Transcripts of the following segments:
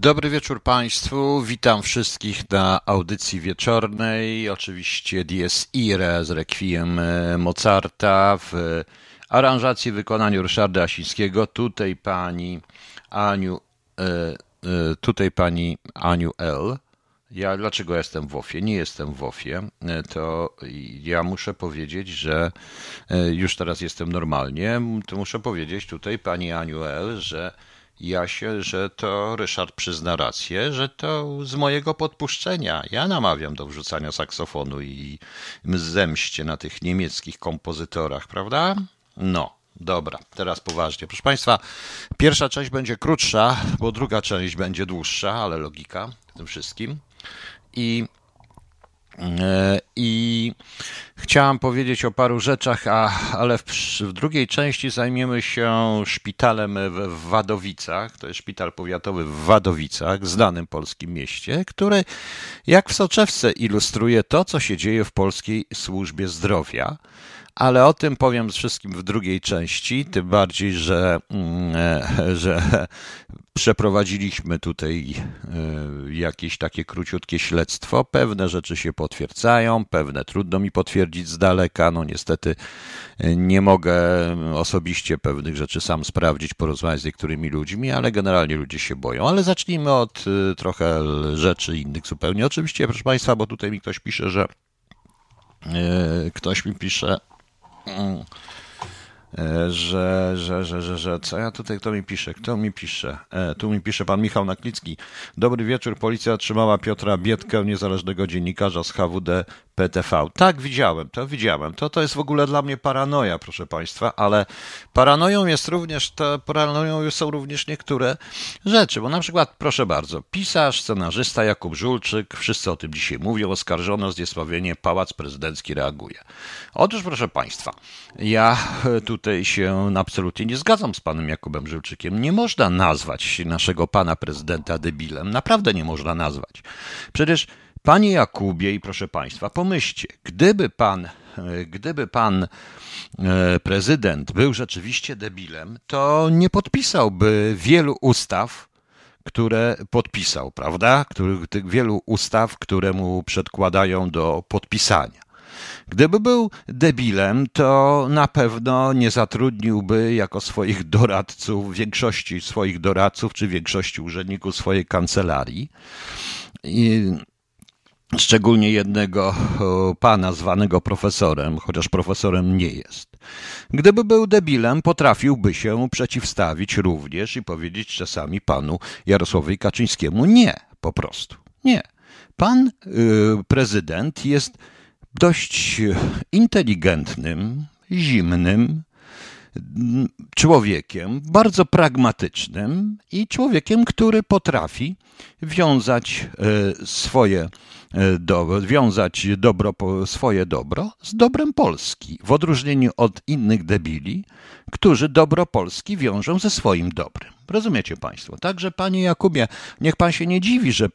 Dobry wieczór Państwu, witam wszystkich na audycji wieczornej, oczywiście Dies Irae z Requiem Mozarta w aranżacji w wykonaniu Ryszarda Asińskiego, tutaj pani Aniu L. Dlaczego jestem w OFie? Nie jestem w OFie, to ja muszę powiedzieć, że już teraz jestem normalnie, to muszę powiedzieć tutaj pani Aniu L., że to Ryszard przyzna rację, że to z mojego podpuszczenia. Ja namawiam do wrzucania saksofonu i zemście na tych niemieckich kompozytorach, prawda? No, dobra, teraz poważnie. Proszę Państwa, pierwsza część będzie krótsza, bo druga część będzie dłuższa, ale logika w tym wszystkim. I chciałam powiedzieć o paru rzeczach, ale w drugiej części zajmiemy się szpitalem w Wadowicach. To jest szpital powiatowy w Wadowicach, znanym polskim mieście, który jak w soczewce ilustruje to, co się dzieje w polskiej służbie zdrowia. Ale o tym powiem wszystkim w drugiej części, tym bardziej, że przeprowadziliśmy tutaj jakieś takie króciutkie śledztwo. Pewne rzeczy się potwierdzają, pewne trudno mi potwierdzić z daleka. No niestety nie mogę osobiście pewnych rzeczy sam sprawdzić, porozmawiać z niektórymi ludźmi, ale generalnie ludzie się boją. Ale zacznijmy od trochę rzeczy innych zupełnie. Oczywiście, proszę Państwa, bo tutaj mi ktoś pisze, co ja tutaj, kto mi pisze? Tu mi pisze pan Michał Naklicki. Dobry wieczór, policja otrzymała Piotra Biedkę, niezależnego dziennikarza z HWD PTV. Tak, widziałem. To jest w ogóle dla mnie paranoja, proszę Państwa, ale paranoją są również niektóre rzeczy, bo na przykład, proszę bardzo, pisarz, scenarzysta Jakub Żulczyk, wszyscy o tym dzisiaj mówią, oskarżono o zniesławienie, Pałac Prezydencki reaguje. Otóż, proszę Państwa, ja tutaj się absolutnie nie zgadzam z panem Jakubem Żulczykiem. Nie można nazwać naszego pana prezydenta debilem, naprawdę nie można nazwać. Przecież Panie Jakubie i proszę Państwa, pomyślcie, gdyby pan prezydent był rzeczywiście debilem, to nie podpisałby wielu ustaw, które podpisał, prawda? Tych wielu ustaw, które mu przedkładają do podpisania. Gdyby był debilem, to na pewno nie zatrudniłby jako swoich doradców, większości swoich doradców czy większości urzędników swojej kancelarii. Szczególnie jednego pana zwanego profesorem, chociaż profesorem nie jest. Gdyby był debilem, potrafiłby się przeciwstawić również i powiedzieć czasami panu Jarosławowi Kaczyńskiemu nie, po prostu. Nie. Pan prezydent jest dość inteligentnym, zimnym człowiekiem, bardzo pragmatycznym i człowiekiem, który potrafi wiązać swoje dobro z dobrem Polski, w odróżnieniu od innych debili, którzy dobro Polski wiążą ze swoim dobrem. Rozumiecie Państwo? Także Panie Jakubie, niech Pan się nie dziwi, że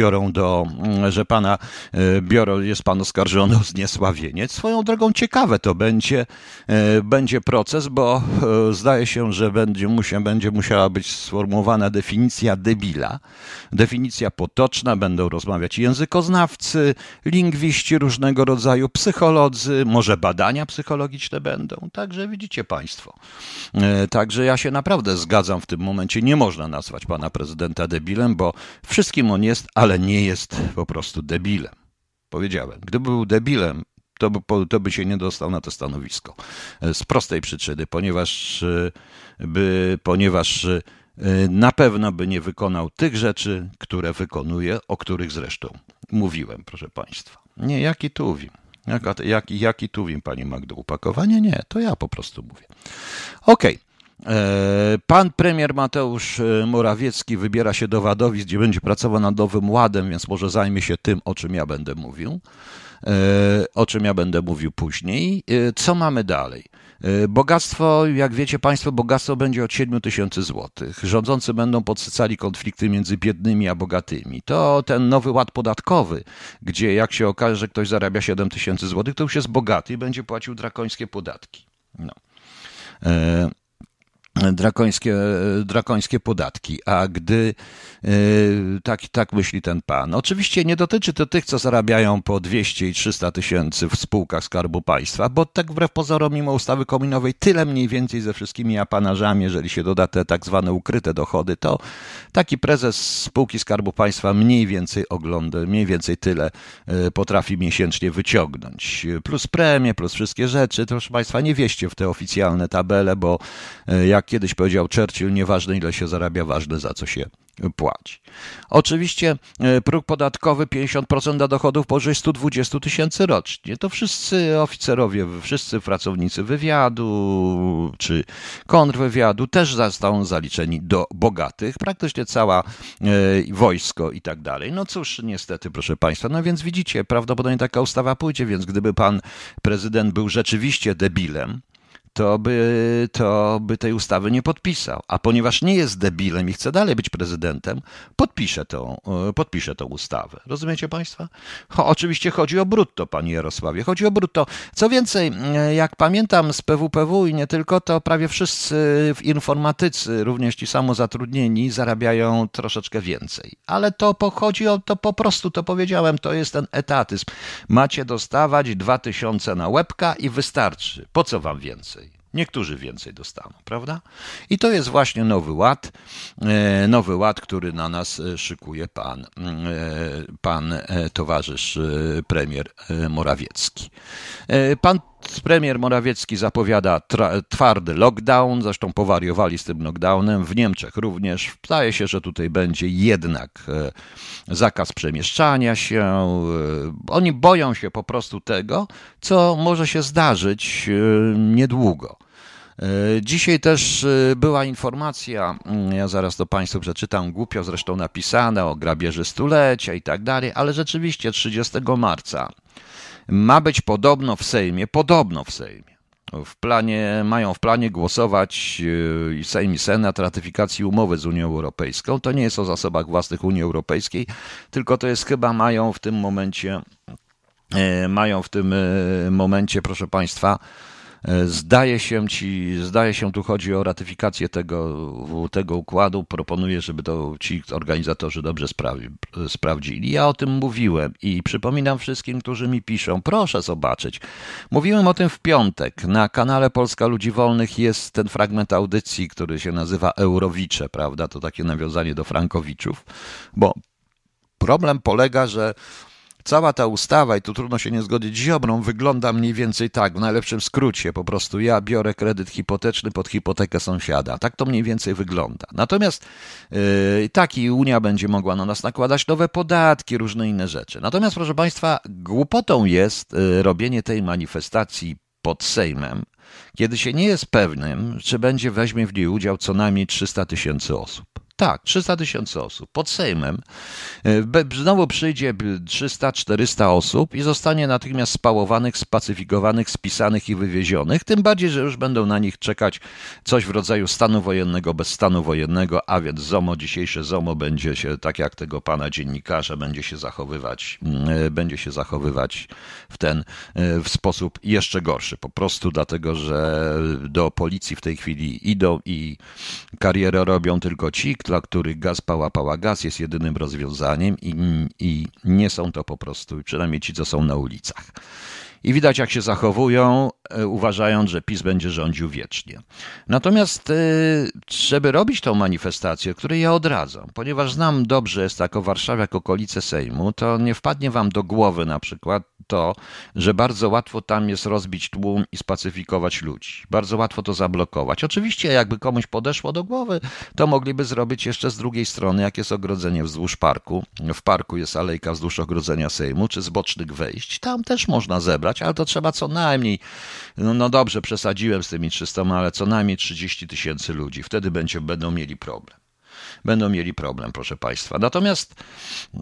jest Pan oskarżony o zniesławienie. Swoją drogą ciekawe to będzie proces, bo zdaje się, że będzie musiała być sformułowana definicja debila, definicja potoczna, będą rozmawiać językoznawcy, lingwiści różnego rodzaju, psycholodzy, może badania psychologiczne będą. Także widzicie Państwo. Także ja się naprawdę zgadzam w tym momencie. Nie można nazwać pana prezydenta debilem, bo wszystkim on jest, ale nie jest po prostu debilem. Powiedziałem, gdyby był debilem, to by się nie dostał na to stanowisko. Z prostej przyczyny, ponieważ na pewno by nie wykonał tych rzeczy, które wykonuje, o których zresztą mówiłem, proszę Państwa. Nie, jaki Tuwim? Jaki Tuwim, pani Magdo? Upakowanie? Nie, to ja po prostu mówię. Okej. Pan premier Mateusz Morawiecki wybiera się do Wadowic, gdzie będzie pracował nad Nowym Ładem, więc może zajmie się tym, o czym ja będę mówił później. Co mamy dalej? Bogactwo, jak wiecie Państwo, bogactwo będzie od 7 000 złotych. Rządzący będą podsycali konflikty między biednymi a bogatymi. To ten nowy ład podatkowy, gdzie jak się okaże, że ktoś zarabia 7 000 złotych, to już jest bogaty i będzie płacił drakońskie podatki. No. drakońskie podatki. A gdy tak myśli ten pan. Oczywiście nie dotyczy to tych, co zarabiają po 200 i 300 tysięcy w spółkach Skarbu Państwa, bo tak wbrew pozorom, mimo ustawy kominowej, tyle mniej więcej ze wszystkimi apanażami, jeżeli się doda te tak zwane ukryte dochody, to taki prezes spółki Skarbu Państwa mniej więcej tyle potrafi miesięcznie wyciągnąć. Plus premie, plus wszystkie rzeczy. To, proszę Państwa, nie wieście w te oficjalne tabele, bo jak kiedyś powiedział Churchill, nieważne ile się zarabia, ważne za co się płaci. Oczywiście próg podatkowy 50% do dochodów powyżej 120 tysięcy rocznie. To wszyscy oficerowie, wszyscy pracownicy wywiadu czy kontrwywiadu też zostaną zaliczeni do bogatych. Praktycznie cała wojsko i tak dalej. No cóż, niestety, proszę Państwa. No więc widzicie, prawdopodobnie taka ustawa pójdzie, więc gdyby pan prezydent był rzeczywiście debilem, to by tej ustawy nie podpisał. A ponieważ nie jest debilem i chce dalej być prezydentem, podpisze tą ustawę. Rozumiecie Państwo? Oczywiście chodzi o brutto, panie Jarosławie. Chodzi o brutto. Co więcej, jak pamiętam z PWPW i nie tylko, to prawie wszyscy informatycy, również ci samozatrudnieni, zarabiają troszeczkę więcej. Ale to chodzi o to po prostu, to powiedziałem, to jest ten etatyzm. Macie dostawać 2000 na łebka i wystarczy. Po co wam więcej? Niektórzy więcej dostaną, prawda? I to jest właśnie nowy ład, który na nas szykuje pan towarzysz premier Morawiecki. Pan premier Morawiecki zapowiada twardy lockdown, zresztą powariowali z tym lockdownem, w Niemczech również. Zdaje się, że tutaj będzie jednak zakaz przemieszczania się. Oni boją się po prostu tego, co może się zdarzyć niedługo. Dzisiaj też była informacja, ja zaraz to Państwu przeczytam, głupio zresztą napisane, o grabieży stulecia i tak dalej, ale rzeczywiście 30 marca ma być podobno w Sejmie, mają w planie głosować i Sejm i Senat ratyfikacji umowy z Unią Europejską. To nie jest o zasobach własnych Unii Europejskiej, tylko to jest chyba mają w tym momencie, proszę Państwa, zdaje się, tu chodzi o ratyfikację tego układu. Proponuję, żeby to ci organizatorzy dobrze sprawdzili. Ja o tym mówiłem i przypominam wszystkim, którzy mi piszą, proszę zobaczyć. Mówiłem o tym w piątek. Na kanale Polska Ludzi Wolnych jest ten fragment audycji, który się nazywa Eurowicze, prawda? To takie nawiązanie do Frankowiczów, bo problem polega, że cała ta ustawa, i tu trudno się nie zgodzić z Ziobrą, wygląda mniej więcej tak, w najlepszym skrócie, po prostu ja biorę kredyt hipoteczny pod hipotekę sąsiada. Tak to mniej więcej wygląda. Natomiast i Unia będzie mogła na nas nakładać nowe podatki, różne inne rzeczy. Natomiast, proszę Państwa, głupotą jest robienie tej manifestacji pod Sejmem, kiedy się nie jest pewnym, czy weźmie w niej udział co najmniej 300 tysięcy osób. Tak, 300 tysięcy osób pod Sejmem. Znowu przyjdzie 300-400 osób i zostanie natychmiast spałowanych, spacyfikowanych, spisanych i wywiezionych. Tym bardziej, że już będą na nich czekać coś w rodzaju stanu wojennego bez stanu wojennego, a więc dzisiejsze ZOMO będzie się, tak jak tego pana dziennikarza, będzie się zachowywać w sposób jeszcze gorszy. Po prostu dlatego, że do policji w tej chwili idą i karierę robią tylko ci, dla których gaz pała gaz jest jedynym rozwiązaniem i nie są to po prostu, przynajmniej ci, co są na ulicach. I widać, jak się zachowują, uważając, że PiS będzie rządził wiecznie. Natomiast, żeby robić tą manifestację, której ja odradzam, ponieważ znam dobrze, jest tak o Warszawie, jak okolice Sejmu, to nie wpadnie wam do głowy na przykład to, że bardzo łatwo tam jest rozbić tłum i spacyfikować ludzi. Bardzo łatwo to zablokować. Oczywiście, jakby komuś podeszło do głowy, to mogliby zrobić jeszcze z drugiej strony, jak jest ogrodzenie wzdłuż parku. W parku jest alejka wzdłuż ogrodzenia Sejmu, czy z bocznych wejść. Tam też można zebrać, ale to trzeba co najmniej, no dobrze, przesadziłem z tymi 300, ale co najmniej 30 tysięcy ludzi. Wtedy będą mieli problem. Proszę Państwa. Natomiast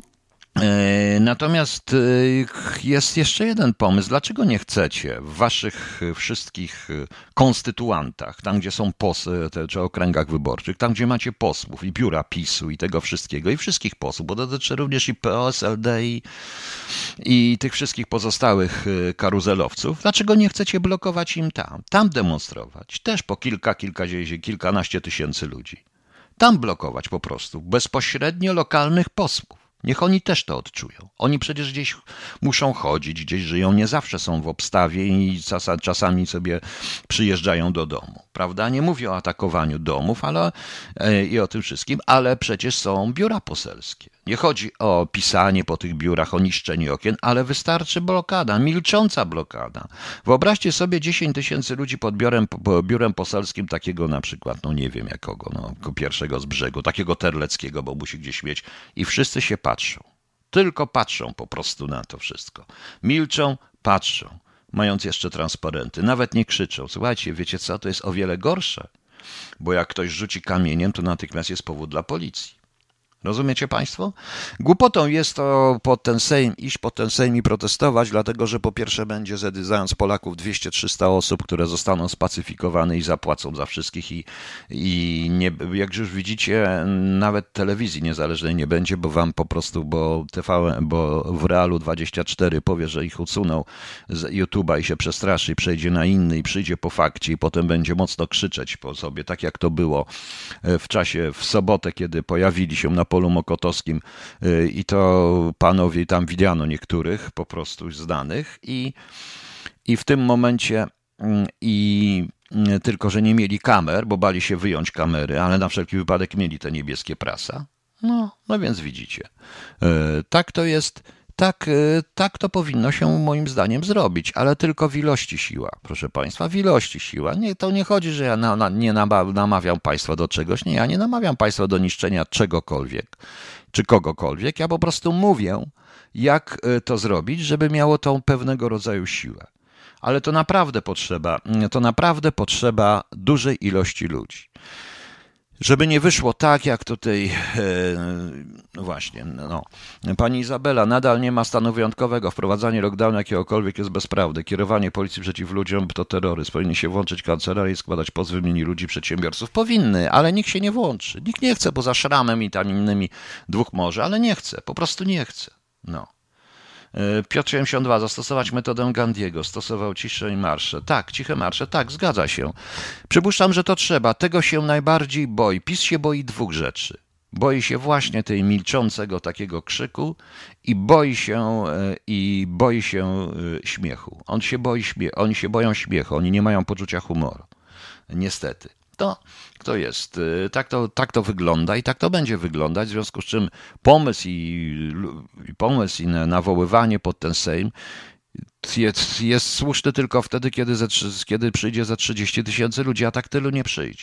Natomiast jest jeszcze jeden pomysł. Dlaczego nie chcecie w waszych wszystkich konstytuantach, tam gdzie są czy okręgach wyborczych, tam gdzie macie posłów i biura PiS-u i tego wszystkiego i wszystkich posłów, bo to dotyczy również i PO, SLD i tych wszystkich pozostałych karuzelowców, dlaczego nie chcecie blokować im tam demonstrować? Też po kilkanaście tysięcy ludzi. Tam blokować po prostu bezpośrednio lokalnych posłów. Niech oni też to odczują. Oni przecież gdzieś muszą chodzić, gdzieś żyją, nie zawsze są w obstawie i czasami sobie przyjeżdżają do domu. Prawda? Nie mówię o atakowaniu domów i o tym wszystkim, ale przecież są biura poselskie. Nie chodzi o pisanie po tych biurach, o niszczenie okien, ale wystarczy blokada, milcząca blokada. Wyobraźcie sobie 10 tysięcy ludzi pod biurem poselskim takiego na przykład, no nie wiem jakogo, pierwszego z brzegu, takiego Terleckiego, bo musi gdzieś mieć i wszyscy się patrzą. Tylko patrzą po prostu na to wszystko. Milczą, patrzą, mając jeszcze transparenty. Nawet nie krzyczą. Słuchajcie, wiecie co, to jest o wiele gorsze, bo jak ktoś rzuci kamieniem, to natychmiast jest powód dla policji. Rozumiecie państwo? Głupotą jest to iść pod ten Sejm i protestować, dlatego że po pierwsze będzie zając Polaków 200-300 osób, które zostaną spacyfikowane i zapłacą za wszystkich i nie, jak już widzicie, nawet telewizji niezależnej nie będzie, bo wam po prostu, bo w Realu 24 powie, że ich usunął z YouTube'a i się przestraszy i przejdzie na inny i przyjdzie po fakcie i potem będzie mocno krzyczeć po sobie, tak jak to było w sobotę, kiedy pojawili się na polu mokotowskim i to panowie, tam widziano niektórych po prostu znanych i w tym momencie tylko, że nie mieli kamer, bo bali się wyjąć kamery, ale na wszelki wypadek mieli te niebieskie prasa. No więc widzicie. Tak to jest. Tak to powinno się moim zdaniem zrobić, ale tylko w ilości siła, proszę państwa, w ilości siła. To nie chodzi, że ja nie namawiam państwa do czegoś, nie, ja nie namawiam państwa do niszczenia czegokolwiek czy kogokolwiek, ja po prostu mówię, jak to zrobić, żeby miało tą pewnego rodzaju siłę. Ale to naprawdę potrzeba dużej ilości ludzi. Żeby nie wyszło tak, jak tutaj, pani Izabela, nadal nie ma stanu wyjątkowego. Wprowadzanie lockdownu jakiegokolwiek jest bezprawne. Kierowanie policji przeciw ludziom to terroryzm. Powinni się włączyć kancelarie i składać pozwy w imieniu ludzi, przedsiębiorców. Powinny, ale nikt się nie włączy. Nikt nie chce, poza Szramem i tam innymi dwóch może, ale nie chce, po prostu nie chce. Piotr 72, zastosować metodę Gandiego, stosował cisze i marsze. Tak, ciche marsze, tak, zgadza się. Przypuszczam, że to trzeba. Tego się najbardziej boi. PiS się boi dwóch rzeczy. Boi się właśnie tej milczącego takiego krzyku i boi się śmiechu. Oni się boją śmiechu, oni nie mają poczucia humoru. Niestety. To jest. Tak to wygląda i tak to będzie wyglądać, w związku z czym pomysł i nawoływanie pod ten Sejm jest słuszny tylko wtedy, kiedy przyjdzie za 30 tysięcy ludzi, a tak tylu nie przyjdzie.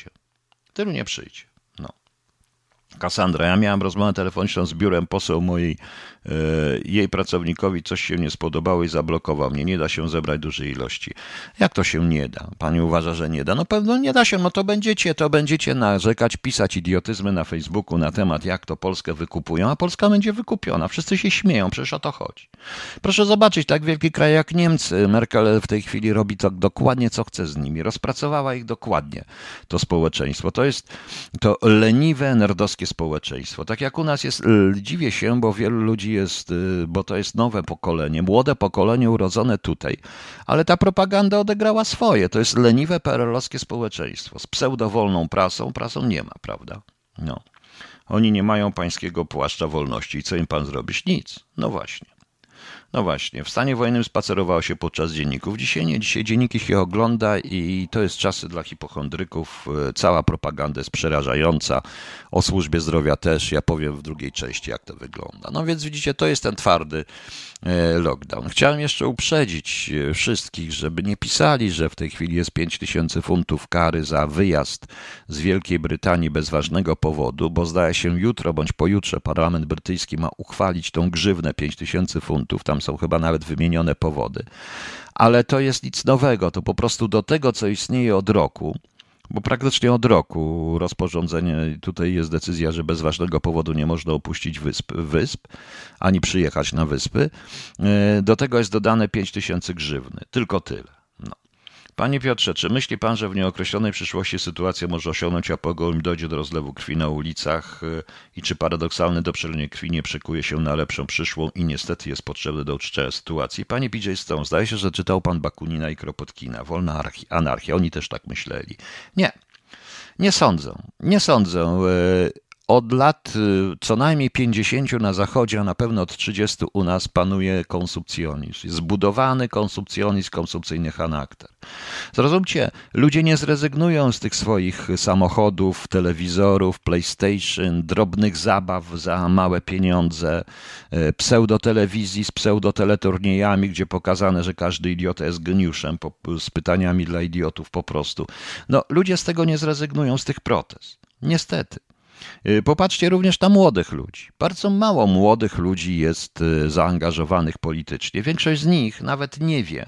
Kassandra, ja miałem rozmowę telefoniczną z biurem poseł jej pracownikowi coś się nie spodobało i zablokował mnie. Nie da się zebrać dużej ilości. Jak to się nie da? Pani uważa, że nie da? No pewno nie da się. To będziecie narzekać, pisać idiotyzmy na Facebooku na temat, jak to Polskę wykupują, a Polska będzie wykupiona. Wszyscy się śmieją, przecież o to chodzi. Proszę zobaczyć, tak wielki kraj jak Niemcy. Merkel w tej chwili robi to dokładnie, co chce z nimi. Rozpracowała ich dokładnie, to społeczeństwo. To jest to leniwe, nerdowskie społeczeństwo. Tak jak u nas jest, dziwię się, bo wielu ludzi jest, bo to jest nowe pokolenie, młode pokolenie urodzone tutaj, ale ta propaganda odegrała swoje. To jest leniwe, PRL-owskie społeczeństwo z pseudowolną prasą. Prasą nie ma, prawda? Oni nie mają pańskiego płaszcza wolności. I co im pan zrobisz? Nic. No właśnie, w stanie wojennym spacerowało się podczas dzienników. Dzisiaj nie, dzisiaj dzienniki się ogląda i to jest czasy dla hipochondryków. Cała propaganda jest przerażająca. O służbie zdrowia też. Ja powiem w drugiej części, jak to wygląda. No więc widzicie, to jest ten twardy lockdown. Chciałem jeszcze uprzedzić wszystkich, żeby nie pisali, że w tej chwili jest 5000 funtów kary za wyjazd z Wielkiej Brytanii bez ważnego powodu, bo zdaje się jutro bądź pojutrze parlament brytyjski ma uchwalić tą grzywnę 5000 funtów. Tam są chyba nawet wymienione powody. Ale to jest nic nowego. To po prostu do tego, co istnieje od roku, Bo praktycznie od roku rozporządzenie, tutaj jest decyzja, że bez ważnego powodu nie można opuścić wysp, ani przyjechać na wyspy. Do tego jest dodane 5000 grzywny. Tylko tyle. No. Panie Piotrze, czy myśli pan, że w nieokreślonej przyszłości sytuacja może osiągnąć apogeum i dojdzie do rozlewu krwi na ulicach i czy paradoksalne doprzelenie krwi nie przekuje się na lepszą przyszłą i niestety jest potrzebne do uczczenia sytuacji? Panie PJ Stone, zdaje się, że czytał pan Bakunina i Kropotkina, Wolna anarchia, oni też tak myśleli. Nie, nie sądzę, nie sądzę. Od lat co najmniej 50 na Zachodzie, a na pewno od 30 u nas panuje konsumpcjonizm. Jest zbudowany konsumpcjonizm, konsumpcyjny charakter. Zrozumcie, ludzie nie zrezygnują z tych swoich samochodów, telewizorów, PlayStation, drobnych zabaw za małe pieniądze, pseudotelewizji z pseudoteleturniejami, gdzie pokazane, że każdy idiota jest geniuszem, z pytaniami dla idiotów po prostu. No, ludzie z tego nie zrezygnują, z tych protez. Niestety. Popatrzcie również na młodych ludzi. Bardzo mało młodych ludzi jest zaangażowanych politycznie. Większość z nich nawet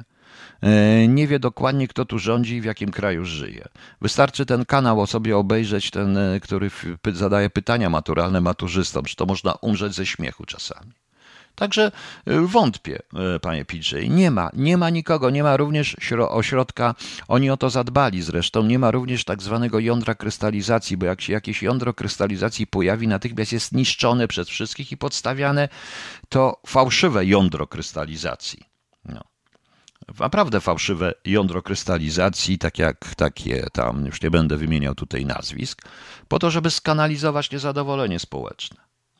nie wie dokładnie, kto tu rządzi i w jakim kraju żyje. Wystarczy ten kanał sobie obejrzeć, ten, który zadaje pytania maturalne maturzystom, czy to można umrzeć ze śmiechu czasami. Także wątpię, panie PJ. Nie ma nikogo, nie ma również ośrodka, oni o to zadbali zresztą, nie ma również tak zwanego jądra krystalizacji, bo jak się jakieś jądro krystalizacji pojawi, natychmiast jest niszczone przez wszystkich i podstawiane to fałszywe jądro krystalizacji. No. Naprawdę fałszywe jądro krystalizacji, takie tam, już nie będę wymieniał tutaj nazwisk, po to, żeby skanalizować niezadowolenie społeczne.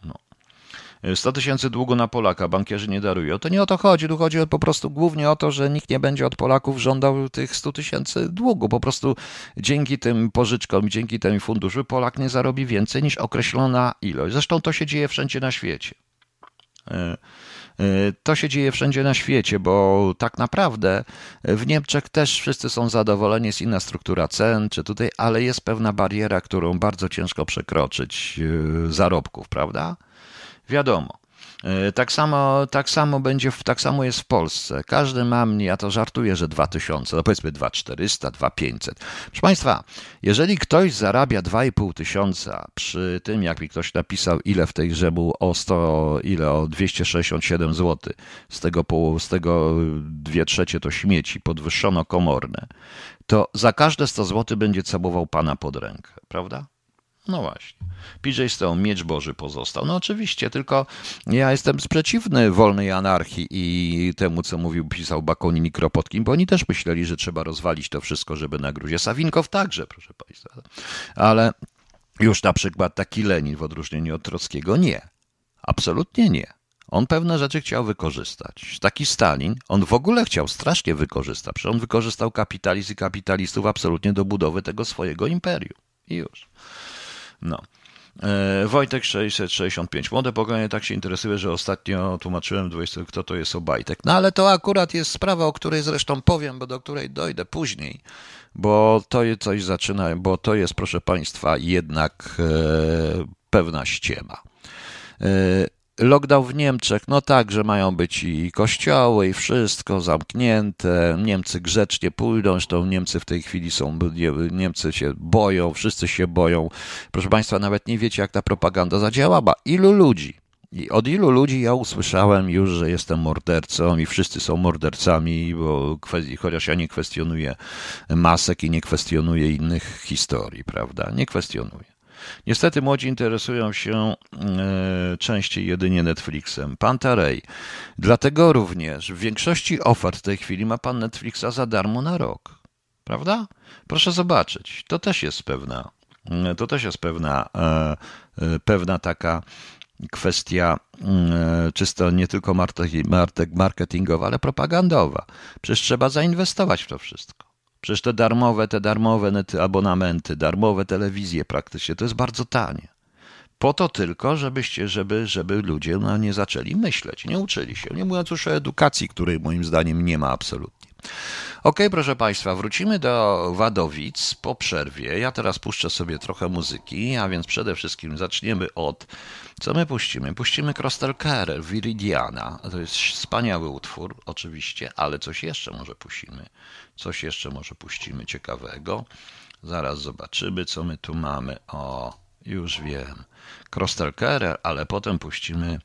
100 000 długu na Polaka, bankierzy nie darują. To nie o to chodzi, tu chodzi po prostu głównie o to, że nikt nie będzie od Polaków żądał tych 100 000 długu. Po prostu dzięki tym pożyczkom i dzięki temu funduszu Polak nie zarobi więcej niż określona ilość. Zresztą to się dzieje wszędzie na świecie. To się dzieje wszędzie na świecie, bo tak naprawdę w Niemczech też wszyscy są zadowoleni, jest inna struktura cen, czy tutaj, ale jest pewna bariera, którą bardzo ciężko przekroczyć zarobków, prawda? Wiadomo. Tak samo jest w Polsce. Każdy ma mnie, ja to żartuję, że 2000, no powiedzmy 2400, 2500. Proszę Państwa, jeżeli ktoś zarabia 2,5 tysiąca, przy tym jak mi ktoś napisał, ile w tej grze było o 267 zł, z tego 2/3 to śmieci, podwyższono komorne, to za każde 100 zł będzie całował pana pod rękę, prawda? No właśnie. PJ Stone, miecz Boży pozostał. No oczywiście, tylko ja jestem przeciwny wolnej anarchii i temu, co pisał Bakunin i Kropotkin, bo oni też myśleli, że trzeba rozwalić to wszystko, żeby na gruzie. Sawinkow także, proszę Państwa. Ale już na przykład taki Lenin, w odróżnieniu od Trockiego, nie. Absolutnie nie. On pewne rzeczy chciał wykorzystać. Taki Stalin, on w ogóle chciał strasznie wykorzystać. Przecież on wykorzystał kapitalizm i kapitalistów absolutnie do budowy tego swojego imperium. I już. No. Wojtek 665. Młode pokolenie tak się interesuje, że ostatnio tłumaczyłem, kto to jest Obajtek. No ale to akurat jest sprawa, o której zresztą powiem, bo do której dojdę później, bo to jest coś zaczyna, bo to jest, proszę Państwa, jednak pewna ściema. Lockdown w Niemczech, no tak, że mają być i kościoły, i wszystko zamknięte. Niemcy grzecznie pójdą, zresztą Niemcy w tej chwili Niemcy się boją, wszyscy się boją. Proszę Państwa, nawet nie wiecie, jak ta propaganda zadziałała. Ilu ludzi? I od ilu ludzi ja usłyszałem już, że jestem mordercą i wszyscy są mordercami, chociaż ja nie kwestionuję masek i nie kwestionuję innych historii, prawda? Nie kwestionuję. Niestety młodzi interesują się częściej jedynie Netflixem. Pan Tarej. Dlatego również w większości ofert w tej chwili ma pan Netflixa za darmo na rok. Prawda? Proszę zobaczyć. To też jest pewna taka kwestia czysto nie tylko marketingowa, ale propagandowa. Przecież trzeba zainwestować w to wszystko. Przecież te darmowe abonamenty, darmowe telewizje praktycznie, to jest bardzo tanie. Po to tylko, żeby ludzie nie zaczęli myśleć, nie uczyli się. Nie mówiąc już o edukacji, której moim zdaniem nie ma absolutnie. Okej, proszę Państwa, wrócimy do Wadowic po przerwie. Ja teraz puszczę sobie trochę muzyki, a więc przede wszystkim zaczniemy od... Co my puścimy? Puścimy Crystal Carer, Viridiana. To jest wspaniały utwór, oczywiście, ale coś jeszcze może puścimy ciekawego. Zaraz zobaczymy, co my tu mamy. O, już wiem. Krostelkerer, ale potem puścimy,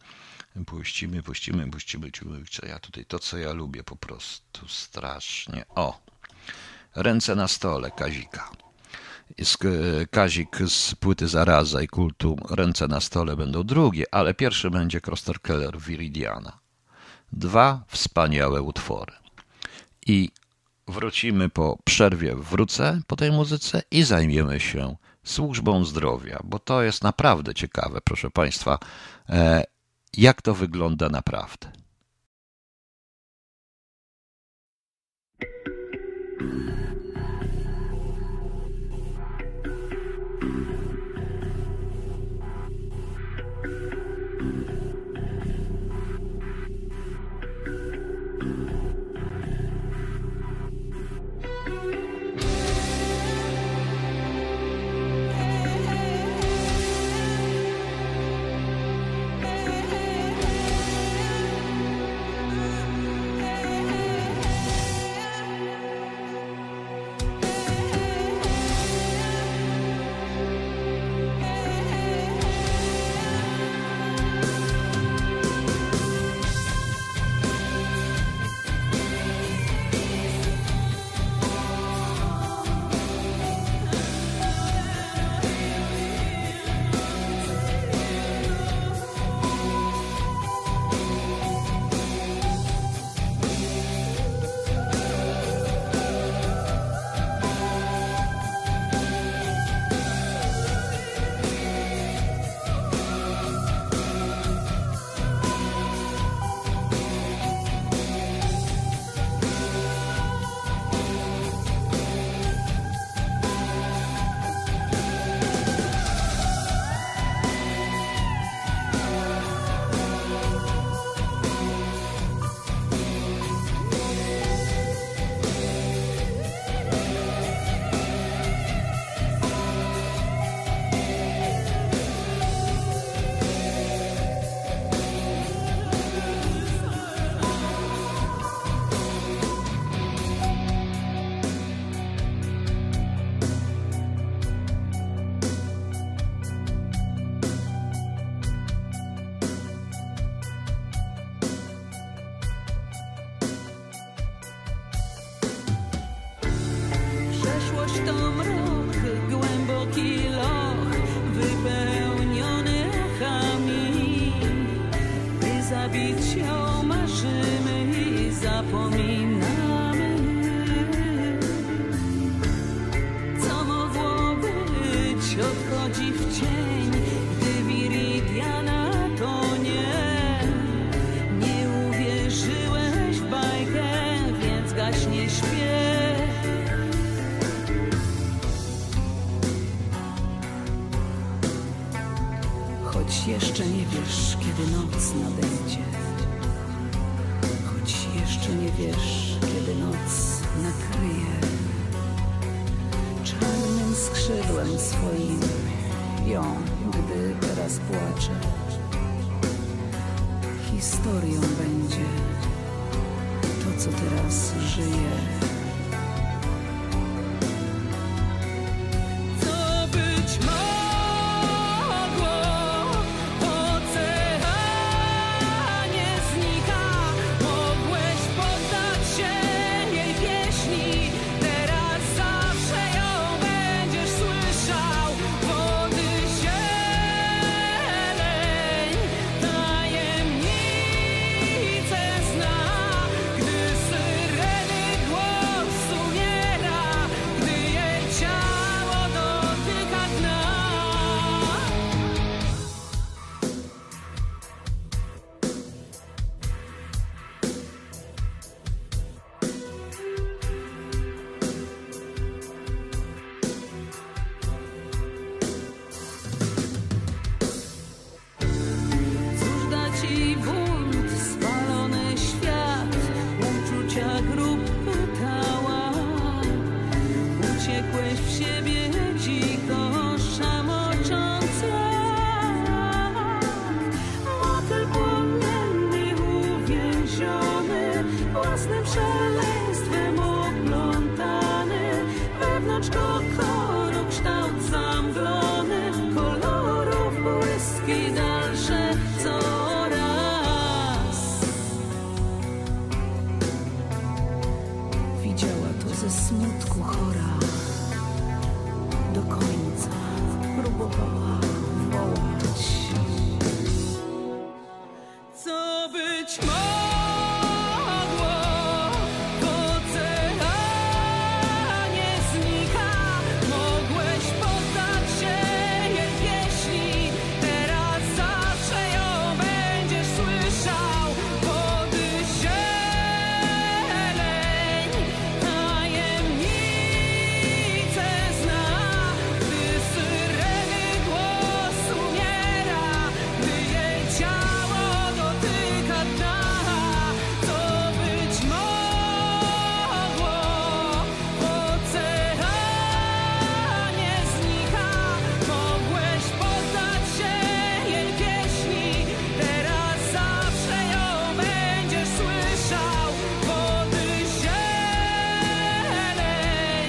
co ja tutaj, to co ja lubię po prostu strasznie. O, Ręce na stole Kazika. Kazik z płyty Zaraza i kultu Ręce na stole będą drugie, ale pierwszy będzie Krosterkeller Viridiana. 2 wspaniałe utwory. I wrócimy po przerwie, wrócę po tej muzyce i zajmiemy się służbą zdrowia, bo to jest naprawdę ciekawe, proszę Państwa, jak to wygląda naprawdę. Choć jeszcze nie wiesz, kiedy noc nadejdzie. Choć jeszcze nie wiesz, kiedy noc nakryje czarnym skrzydłem swoim ją, gdy teraz płacze. Historią będzie to, co teraz żyje. Własnym szaleństwem oplątany, wewnątrz kogo ze smutku chora, do końca próbowała wołać. Co być mogło w oceanie znika, mogłeś poddać się jej pieśni, teraz zawsze ją będziesz słyszał. Wody zieleń, tajemnice zna, gdy syreny głos umiera, gdy jej ciało dotyka dna. Co być mogło w oceanie znika, mogłeś poddać się jej pieśni, teraz zawsze ją będziesz słyszał. Wody zieleń,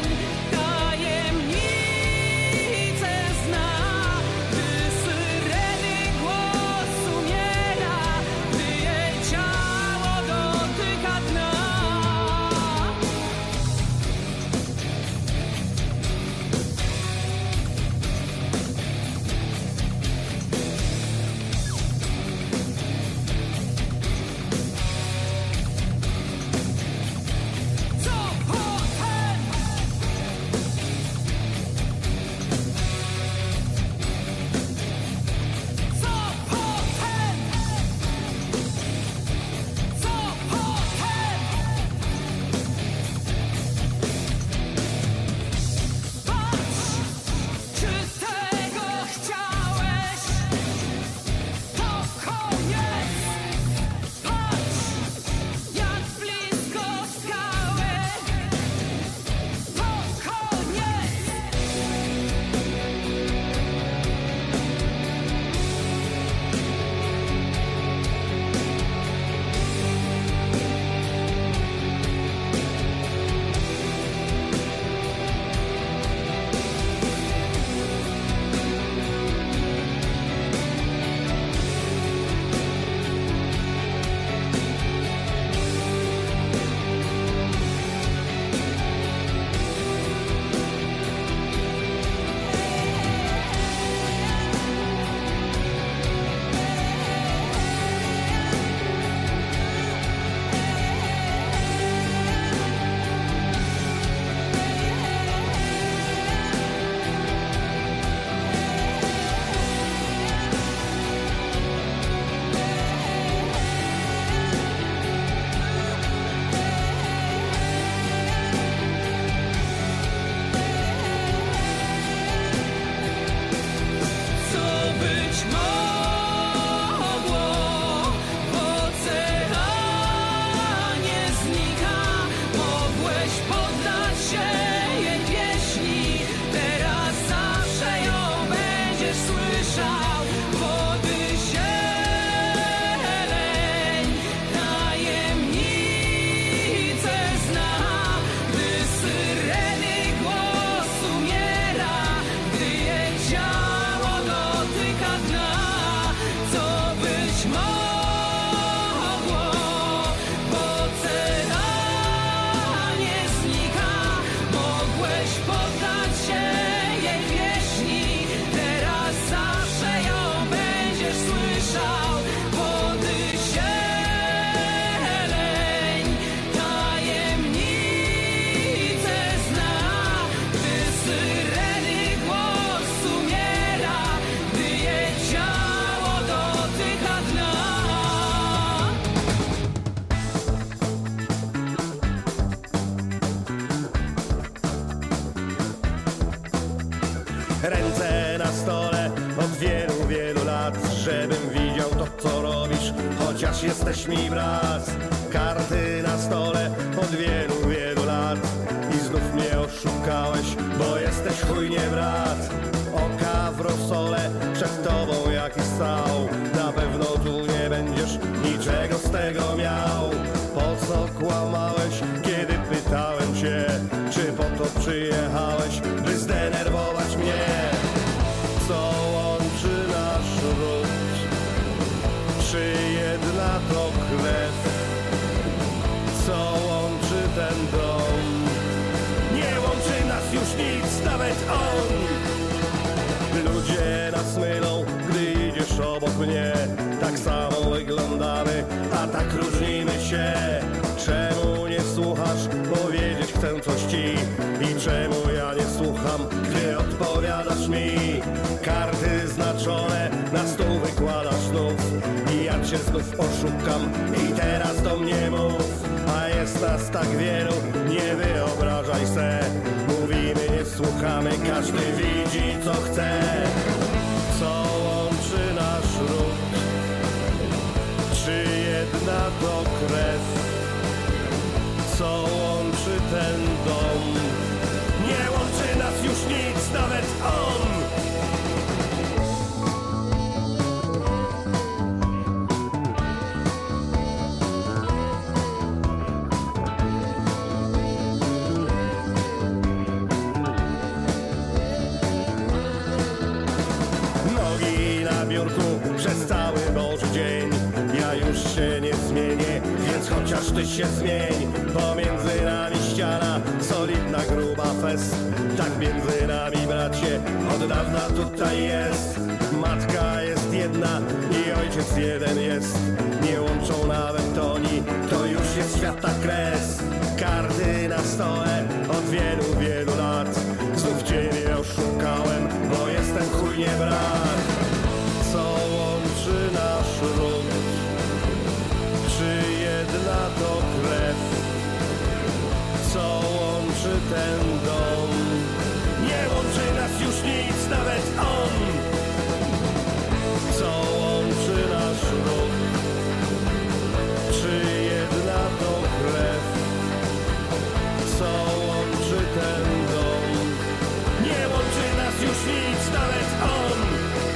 tajemnice zna, gdy syreny głos umiera, gdy jej ciało dotyka dna. Co potem? Co potem? Co potem? Patrz, czy tego chciałeś? To koniec. Patrz, jak blisko skały. To koniec. Co być mogło w oceanie znika, mogłeś poddać się jej pieśni, teraz zawsze ją będziesz słyszał. Wody zieleń, tajemnice zna, gdy syreny głos umiera, gdy jej ciało dotyka dna. Co być mogło w oceanie znika, mogłeś poddać się jej pieśni, teraz zawsze ją będziesz słyszał. Wody zieleń, tajemnice zna, gdy syreny głos umiera, gdy jej ciało dotyka dna. Ręce na stole od wielu, wielu lat, żebym widział to, co robisz, chociaż jesteś mi brat. Karty na stole od wielu, wielu lat i znów mnie oszukałeś, bo jesteś chujnie brat. Oka w rosole przed tobą jakiś stał, na pewno tu nie będziesz niczego z tego miał. Po co kłamałeś, kiedy pytałem cię, czy po to przyjechałeś, by zdenerwować mnie? Co łączy nasz ród? Czy jedna to krew? Co łączy ten dom Ludzie nas mylą, gdy idziesz obok mnie. Tak samo wyglądamy, a tak różnimy się. Czemu nie słuchasz? Powiedzieć chcę coś ci. I czemu ja nie słucham, gdy odpowiadasz mi? Karty znaczone na stół wykładasz znów. I ja cię znów oszukam. I teraz do mnie mów. A jest nas tak wielu, nie wyobrażaj se. Mówimy, nie słuchamy, każdy widzi co chce. Co łączy nasz ród? Czy jedna to krew? Co łączy ten dom? Nie łączy nas już nic, nawet on! Nogi na biurku przez cały Boży dzień. Ja już się nie zmienię, więc chociaż ty się zmień. Pomiędzy nami ściana, solidna, gruba fest. Tak między nami, bracie, od dawna tutaj jest. Matka jest jedna i ojciec jeden jest. Nie łączą nawet oni, to już jest świata kres. Karty na stole od wielu, wielu lat. Znów ciebie oszukałem, bo jestem chujnie brat. Co łączy nasz ród? Czy jedna to krew? Co łączy ten dom? Nie łączy nas już nic, nawet on! Co łączy nasz ród? Czy jedna to krew? Co łączy ten dom? Nie łączy nas już nic, nawet on!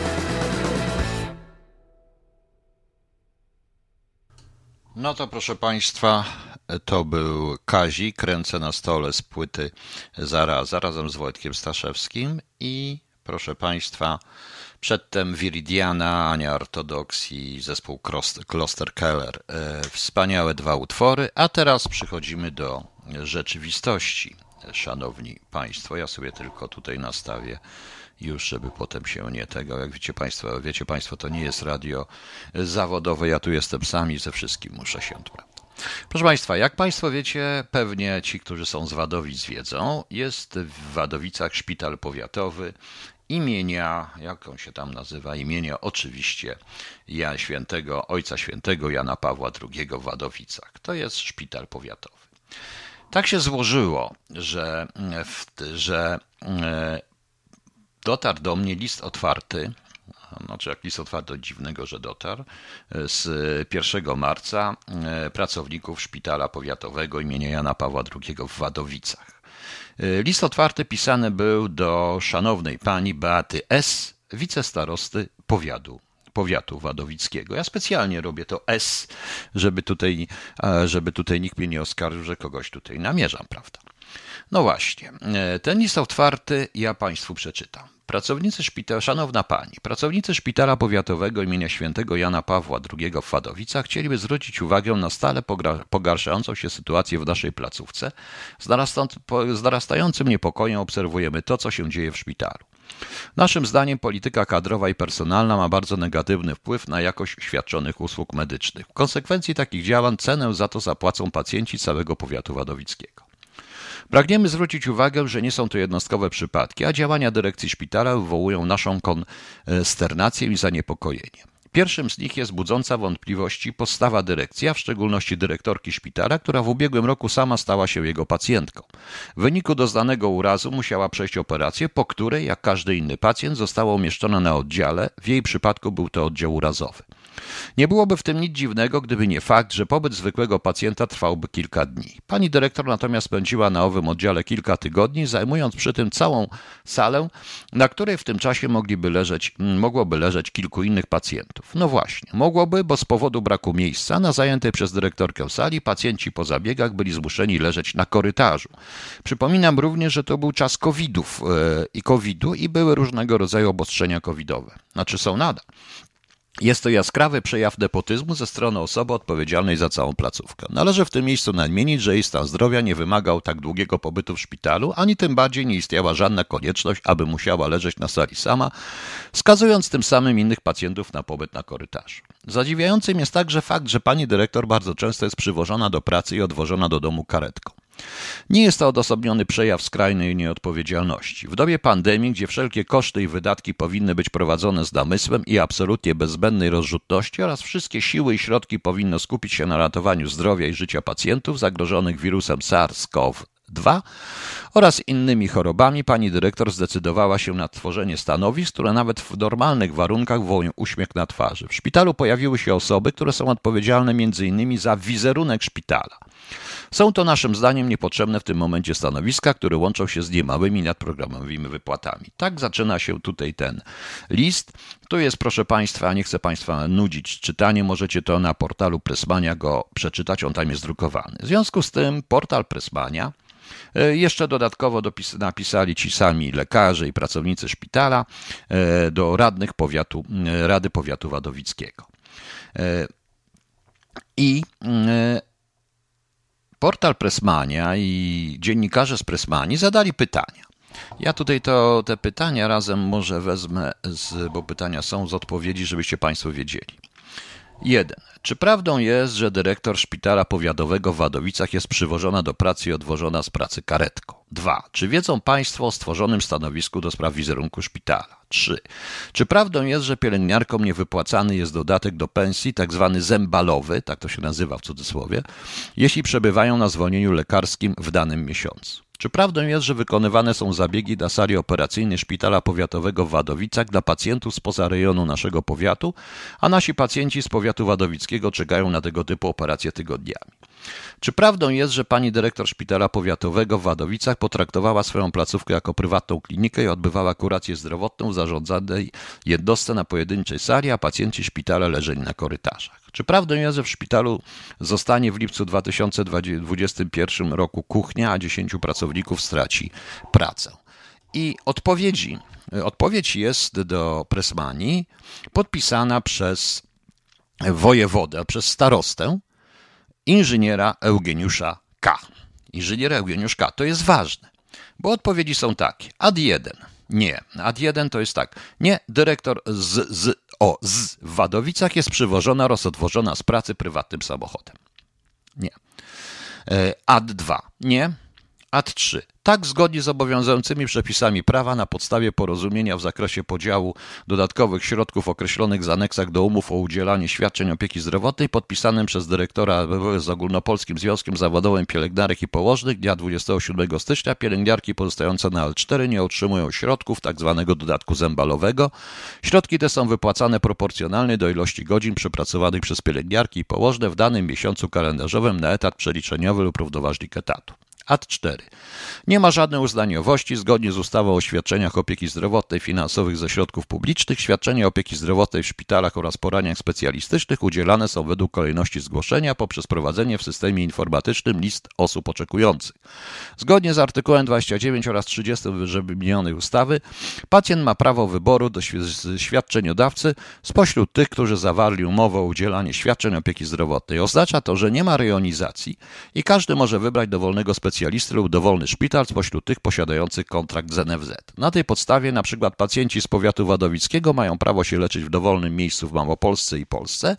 No to proszę Państwa, to był Kazik, Ręce na stole z płyty Zaraza razem z Wojtkiem Staszewskim i proszę Państwa, przedtem Viridiana, Ania Ortodoks i zespół Kloster Keller. Wspaniałe dwa utwory, a teraz przechodzimy do rzeczywistości, szanowni Państwo. Ja sobie tylko tutaj nastawię już, żeby potem się nie tego, jak wiecie Państwo, to nie jest radio zawodowe, ja tu jestem sam i ze wszystkim muszę się, prawda? Proszę Państwa, jak Państwo wiecie, pewnie ci, którzy są z Wadowic wiedzą, jest w Wadowicach szpital powiatowy imienia, jak on się tam nazywa, imienia oczywiście Ojca Świętego Jana Pawła II w Wadowicach. To jest szpital powiatowy. Tak się złożyło, że dotarł do mnie list otwarty, znaczy jak list otwarty, to dziwnego, że dotarł, z 1 marca pracowników szpitala powiatowego imienia Jana Pawła II w Wadowicach. List otwarty pisany był do szanownej pani Beaty S., wicestarosty powiatu wadowickiego. Ja specjalnie robię to S, żeby tutaj nikt mnie nie oskarżył, że kogoś tutaj namierzam, prawda? No właśnie, ten list otwarty ja Państwu przeczytam. Szanowna Pani, pracownicy Szpitala Powiatowego imienia Świętego Jana Pawła II w Wadowicach chcieliby zwrócić uwagę na stale pogarszającą się sytuację w naszej placówce. Z narastającym niepokojem obserwujemy to, co się dzieje w szpitalu. Naszym zdaniem polityka kadrowa i personalna ma bardzo negatywny wpływ na jakość świadczonych usług medycznych. W konsekwencji takich działań cenę za to zapłacą pacjenci całego powiatu wadowickiego. Pragniemy zwrócić uwagę, że nie są to jednostkowe przypadki, a działania dyrekcji szpitala wywołują naszą konsternację i zaniepokojenie. Pierwszym z nich jest budząca wątpliwości postawa dyrekcji, a w szczególności dyrektorki szpitala, która w ubiegłym roku sama stała się jego pacjentką. W wyniku doznanego urazu musiała przejść operację, po której, jak każdy inny pacjent, została umieszczona na oddziale. W jej przypadku był to oddział urazowy. Nie byłoby w tym nic dziwnego, gdyby nie fakt, że pobyt zwykłego pacjenta trwałby kilka dni. Pani dyrektor natomiast spędziła na owym oddziale kilka tygodni, zajmując przy tym całą salę, na której w tym czasie mogłoby leżeć kilku innych pacjentów. No właśnie, mogłoby, bo z powodu braku miejsca na zajętej przez dyrektorkę sali pacjenci po zabiegach byli zmuszeni leżeć na korytarzu. Przypominam również, że to był czas COVID-u i były różnego rodzaju obostrzenia covidowe. Znaczy są nadal. Jest to jaskrawy przejaw nepotyzmu ze strony osoby odpowiedzialnej za całą placówkę. Należy w tym miejscu nadmienić, że jej stan zdrowia nie wymagał tak długiego pobytu w szpitalu, ani tym bardziej nie istniała żadna konieczność, aby musiała leżeć na sali sama, skazując tym samym innych pacjentów na pobyt na korytarzu. Zadziwiającym jest także fakt, że pani dyrektor bardzo często jest przywożona do pracy i odwożona do domu karetką. Nie jest to odosobniony przejaw skrajnej nieodpowiedzialności. W dobie pandemii, gdzie wszelkie koszty i wydatki powinny być prowadzone z namysłem i absolutnie bez zbędnej rozrzutności oraz wszystkie siły i środki powinno skupić się na ratowaniu zdrowia i życia pacjentów zagrożonych wirusem SARS-CoV-2 oraz innymi chorobami, pani dyrektor zdecydowała się na tworzenie stanowisk, które nawet w normalnych warunkach wywołują uśmiech na twarzy. W szpitalu pojawiły się osoby, które są odpowiedzialne m.in. za wizerunek szpitala. Są to naszym zdaniem niepotrzebne w tym momencie stanowiska, które łączą się z niemałymi nadprogramowymi wypłatami. Tak zaczyna się tutaj ten list. Tu jest, proszę Państwa, nie chcę Państwa nudzić czytaniem, możecie to na portalu Pressmania go przeczytać, on tam jest drukowany. W związku z tym portal Pressmania jeszcze dodatkowo napisali ci sami lekarze i pracownicy szpitala do radnych Rady Powiatu Wadowickiego. Portal Pressmania i dziennikarze z Pressmanii zadali pytania. Ja tutaj te pytania razem może wezmę, bo pytania są z odpowiedzi, żebyście Państwo wiedzieli. 1. Czy prawdą jest, że dyrektor szpitala powiatowego w Wadowicach jest przywożona do pracy i odwożona z pracy karetką? 2. Czy wiedzą Państwo o stworzonym stanowisku do spraw wizerunku szpitala? 3. Czy prawdą jest, że pielęgniarkom niewypłacany jest dodatek do pensji, tak zwany zembalowy, tak to się nazywa w cudzysłowie, jeśli przebywają na zwolnieniu lekarskim w danym miesiącu? Czy prawdą jest, że wykonywane są zabiegi na sali operacyjnej Szpitala Powiatowego w Wadowicach dla pacjentów spoza rejonu naszego powiatu, a nasi pacjenci z powiatu wadowickiego czekają na tego typu operacje tygodniami? Czy prawdą jest, że pani dyrektor Szpitala Powiatowego w Wadowicach potraktowała swoją placówkę jako prywatną klinikę i odbywała kurację zdrowotną w zarządzanej jednostce na pojedynczej sali, a pacjenci szpitala leżeli na korytarzach? Czy prawdą jest, że w szpitalu zostanie w lipcu 2021 roku kuchnia, a 10 pracowników straci pracę? I odpowiedź jest do Pressmanii podpisana przez wojewodę, przez starostę, inżyniera Eugeniusza K. Inżynier Eugeniusz K. To jest ważne, bo odpowiedzi są takie. Ad 1. Nie. Ad 1 to jest tak. Nie, dyrektor z w Wadowicach jest przywożona oraz odwożona z pracy prywatnym samochodem. Nie. Ad 2. Nie. Ad 3. Tak, zgodnie z obowiązującymi przepisami prawa na podstawie porozumienia w zakresie podziału dodatkowych środków określonych w aneksach do umów o udzielanie świadczeń opieki zdrowotnej podpisanym przez dyrektora z Ogólnopolskim Związkiem Zawodowym Pielęgniarek i Położnych dnia 27 stycznia pielęgniarki pozostające na L4 nie otrzymują środków tzw. dodatku zembalowego. Środki te są wypłacane proporcjonalnie do ilości godzin przepracowanych przez pielęgniarki i położne w danym miesiącu kalendarzowym na etat przeliczeniowy lub równoważnik etatu. Ad 4. Nie ma żadnej uznaniowości. Zgodnie z ustawą o świadczeniach opieki zdrowotnej finansowych ze środków publicznych, świadczenia opieki zdrowotnej w szpitalach oraz poraniach specjalistycznych udzielane są według kolejności zgłoszenia poprzez prowadzenie w systemie informatycznym list osób oczekujących. Zgodnie z artykułem 29 oraz 30 wyżej wymienionej ustawy, pacjent ma prawo wyboru do świadczeniodawcy spośród tych, którzy zawarli umowę o udzielanie świadczeń opieki zdrowotnej. Oznacza to, że nie ma rejonizacji i każdy może wybrać dowolnego specjalisty lub dowolny szpital spośród tych posiadających kontrakt z NFZ. Na tej podstawie na przykład pacjenci z powiatu wadowickiego mają prawo się leczyć w dowolnym miejscu w Małopolsce i Polsce.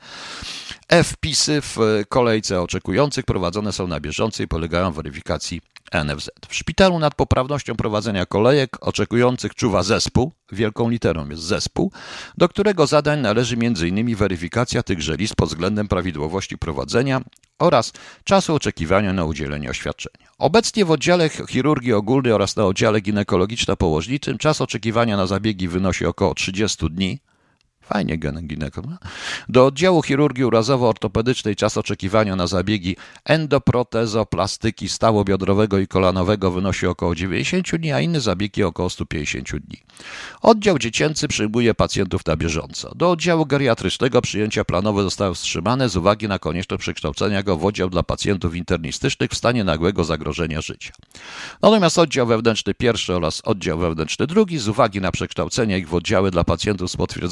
Wpisy w kolejce oczekujących prowadzone są na bieżąco i polegają weryfikacji NFZ. W szpitalu nad poprawnością prowadzenia kolejek oczekujących czuwa zespół, wielką literą jest zespół, do którego zadań należy m.in. weryfikacja tychże list pod względem prawidłowości prowadzenia oraz czasu oczekiwania na udzielenie oświadczenia. Obecnie w oddziale chirurgii ogólnej oraz na oddziale ginekologiczno-położniczym czas oczekiwania na zabiegi wynosi około 30 dni. Fajnie, ginekolog. Do oddziału chirurgii urazowo-ortopedycznej czas oczekiwania na zabiegi endoprotezoplastyki stałobiodrowego i kolanowego wynosi około 90 dni, a inne zabiegi około 150 dni. Oddział dziecięcy przyjmuje pacjentów na bieżąco. Do oddziału geriatrycznego przyjęcia planowe zostały wstrzymane z uwagi na konieczność przekształcenia go w oddział dla pacjentów internistycznych w stanie nagłego zagrożenia życia. Natomiast oddział wewnętrzny pierwszy oraz oddział wewnętrzny drugi z uwagi na przekształcenie ich w oddziały dla pacjentów z potwierdzonym zakażeniem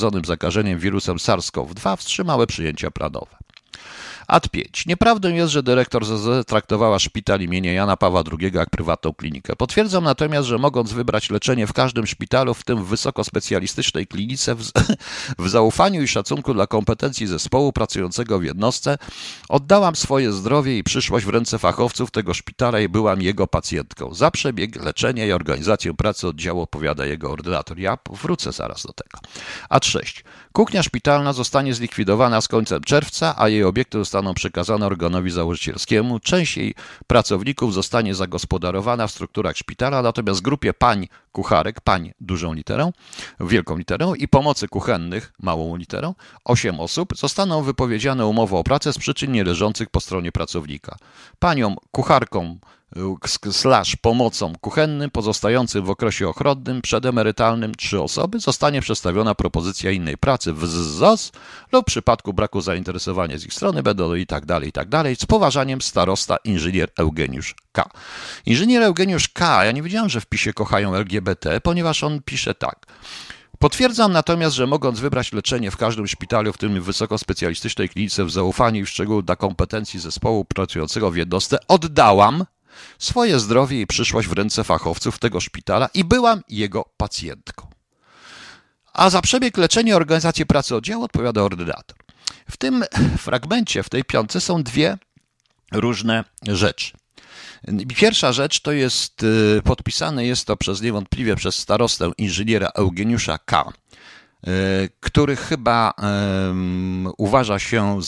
zakażeniem wirusem SARS-CoV-2 wstrzymały przyjęcia planowe. Ad 5. Nieprawdą jest, że dyrektor ZZ traktowała szpital imienia Jana Pawła II jak prywatną klinikę. Potwierdzam natomiast, że mogąc wybrać leczenie w każdym szpitalu, w tym w wysokospecjalistycznej klinice, w zaufaniu i szacunku dla kompetencji zespołu pracującego w jednostce, oddałam swoje zdrowie i przyszłość w ręce fachowców tego szpitala i byłam jego pacjentką. Za przebieg leczenia i organizację pracy oddziału odpowiada jego ordynator. Ja wrócę zaraz do tego. Ad 6. Kuchnia szpitalna zostanie zlikwidowana z końcem czerwca, a jej obiekty zostaną przekazane organowi założycielskiemu. Część jej pracowników zostanie zagospodarowana w strukturach szpitala, natomiast grupie pań kucharek, pań dużą literą, wielką literą i pomocy kuchennych, małą literą, 8 osób, zostaną wypowiedziane umowy o pracę z przyczyn nie leżących po stronie pracownika. Paniom kucharkom / pomocą kuchennym pozostającym w okresie ochronnym, przedemerytalnym 3 osoby zostanie przedstawiona propozycja innej pracy w ZOZ lub w przypadku braku zainteresowania z ich strony będą i tak dalej, z poważaniem starosta inżynier Eugeniusz K. Inżynier Eugeniusz K. Ja nie wiedziałem, że w PiS-ie kochają LGBT, ponieważ on pisze tak. Potwierdzam natomiast, że mogąc wybrać leczenie w każdym szpitalu, w tym w wysokospecjalistycznej klinice w zaufaniu i w szczególe dla kompetencji zespołu pracującego w jednostce, oddałam swoje zdrowie i przyszłość w ręce fachowców tego szpitala i byłam jego pacjentką. A za przebieg leczenia i organizację pracy oddziału odpowiada ordynator. W tym fragmencie, w tej piątce są dwie różne rzeczy. Pierwsza rzecz to jest, podpisane jest to niewątpliwie przez starostę inżyniera Eugeniusza K., który chyba uważa się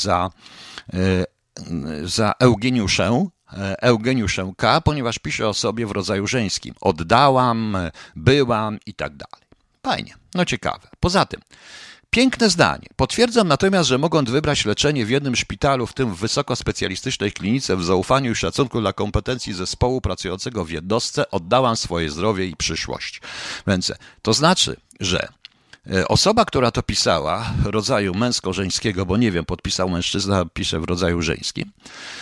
za Eugeniuszę K., ponieważ pisze o sobie w rodzaju żeńskim. Oddałam, byłam i tak dalej. Fajnie, no ciekawe. Poza tym, piękne zdanie. Potwierdzam natomiast, że mogąc wybrać leczenie w jednym szpitalu, w tym w wysokospecjalistycznej klinice, w zaufaniu i szacunku dla kompetencji zespołu pracującego w jednostce, oddałam swoje zdrowie i przyszłość. Więc to znaczy, że osoba, która to pisała, rodzaju męsko-żeńskiego, bo nie wiem, podpisał mężczyzna, pisze w rodzaju żeńskim,